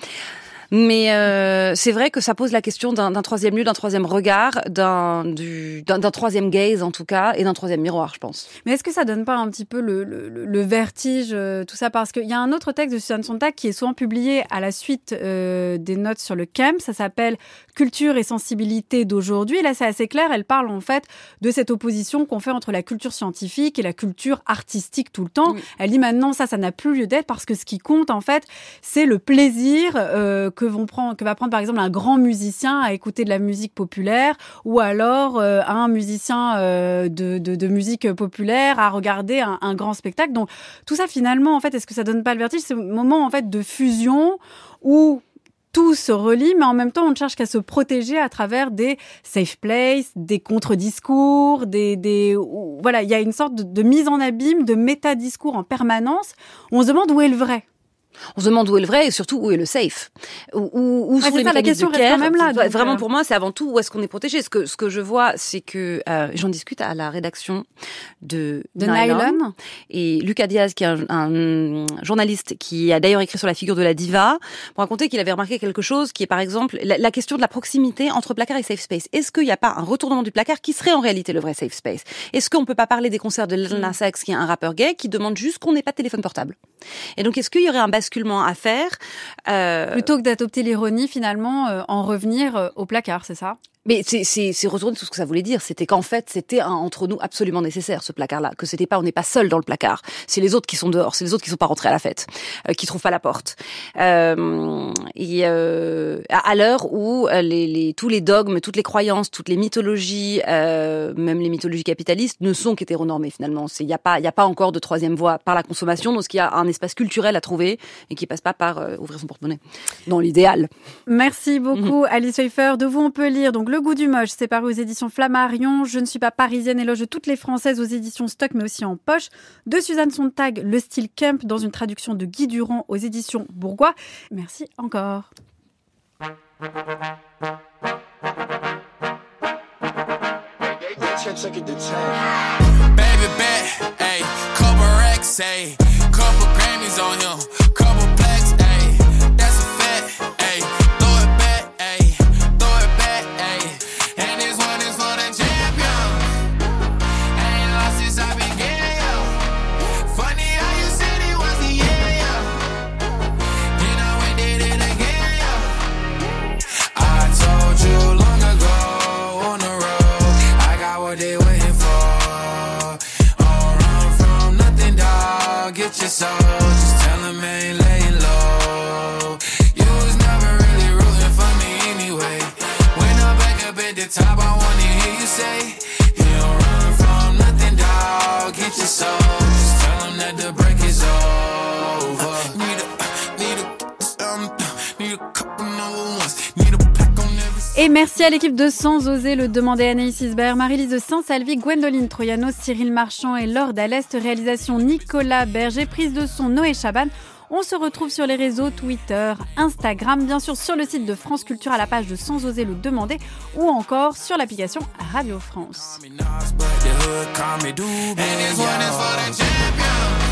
Mais euh, c'est vrai que ça pose la question d'un, d'un troisième lieu, d'un troisième regard, d'un, du, d'un, d'un troisième gaze en tout cas, et d'un troisième miroir, je pense. Mais est-ce que ça donne pas un petit peu le, le, le vertige, euh, tout ça? Parce qu'il y a un autre texte de Susan Sontag qui est souvent publié à la suite euh, des notes sur le camp. Ça s'appelle « Culture et sensibilité d'aujourd'hui ». Et là, c'est assez clair. Elle parle en fait de cette opposition qu'on fait entre la culture scientifique et la culture artistique tout le temps. Oui. Elle dit maintenant, ça, ça n'a plus lieu d'être parce que ce qui compte en fait, c'est le plaisir euh, que vont prendre, que va prendre par exemple un grand musicien à écouter de la musique populaire ou alors euh, un musicien euh, de, de, de musique populaire à regarder un, un grand spectacle. Donc tout ça finalement, en fait, est-ce que ça donne pas le vertige? C'est un moment en fait de fusion où tout se relie, mais en même temps, on ne cherche qu'à se protéger à travers des safe places, des contre-discours, des, des, voilà, il y a une sorte de, de mise en abîme, de méta-discours en permanence. On se demande où est le vrai. On se demande où est le vrai et surtout où est le safe. Où, où, où ouais, sont les ça, la question reste quand même là. Vraiment euh... pour moi, c'est avant tout où est-ce qu'on est protégé. Ce que ce que je vois, c'est que euh, j'en discute à la rédaction de, de Nylon. Nylon et Lucas Diaz, qui est un, un journaliste qui a d'ailleurs écrit sur la figure de la diva, pour raconter qu'il avait remarqué quelque chose qui est par exemple la, la question de la proximité entre placard et safe space. Est-ce qu'il n'y a pas un retournement du placard qui serait en réalité le vrai safe space? Est-ce qu'on peut pas parler des concerts de Lil Nas X, qui est un rappeur gay, qui demande juste qu'on n'ait pas de téléphone portable? Et donc est-ce qu'il y aurait un basculement à faire Euh... plutôt que d'adopter l'ironie, finalement, euh, en revenir euh, au placard, c'est ça? Mais c'est, c'est, c'est retourner tout ce que ça voulait dire. C'était qu'en fait, c'était un entre nous absolument nécessaire, ce placard-là. Que c'était pas, on n'est pas seul dans le placard. C'est les autres qui sont dehors. C'est les autres qui sont pas rentrés à la fête, euh, qui trouvent pas la porte. Euh, et euh, à, à l'heure où les, les, tous les dogmes, toutes les croyances, toutes les mythologies, euh, même les mythologies capitalistes, ne sont qu'hétéronormées finalement. Il y a pas, il y a pas encore de troisième voie par la consommation. Donc il y a un espace culturel à trouver et qui passe pas par euh, ouvrir son porte-monnaie. Dans l'idéal. Merci beaucoup, mmh. Alice Pfeiffer. De vous, on peut lire donc Le goût du moche, c'est paru aux éditions Flammarion. Je ne suis pas parisienne, éloge de toutes les Françaises aux éditions Stock, mais aussi en poche. De Susan Sontag, Le style camp, dans une traduction de Guy Durand aux éditions Bourgois. Merci encore. Baby bet, hey, couple racks, hey, couple Grammys on him, couple blacks, hey, that's a fact, hey, throw it back, hey, throw it back, hey, and this one is for the champion. I ain't lost since I began, yo. Funny how you said it was the year, yo. Then I went did it again, yo. I told you long ago on the road, I got what they waiting for. Don't run from nothing, dog. Get your soul, just tell them I ain't laying low. You was never really rooting for me anyway. When I'm back up at the top, I wanna hear you say, you don't run from nothing, dog. Get your soul, just tell them that the break is over. Need a, need a, um, need a couple number ones, need a pack on every. Et Merci à l'équipe de Sans oser le demander, Anaïs Isbert, Marie-Lise de Saint-Salvi, Gwendoline Troyano, Cyril Marchand et Laure Dallest. Réalisation Nicolas Berger, prise de son Noé Chaban. On se retrouve sur les réseaux Twitter, Instagram, bien sûr sur le site de France Culture à la page de Sans oser le demander ou encore sur l'application Radio France.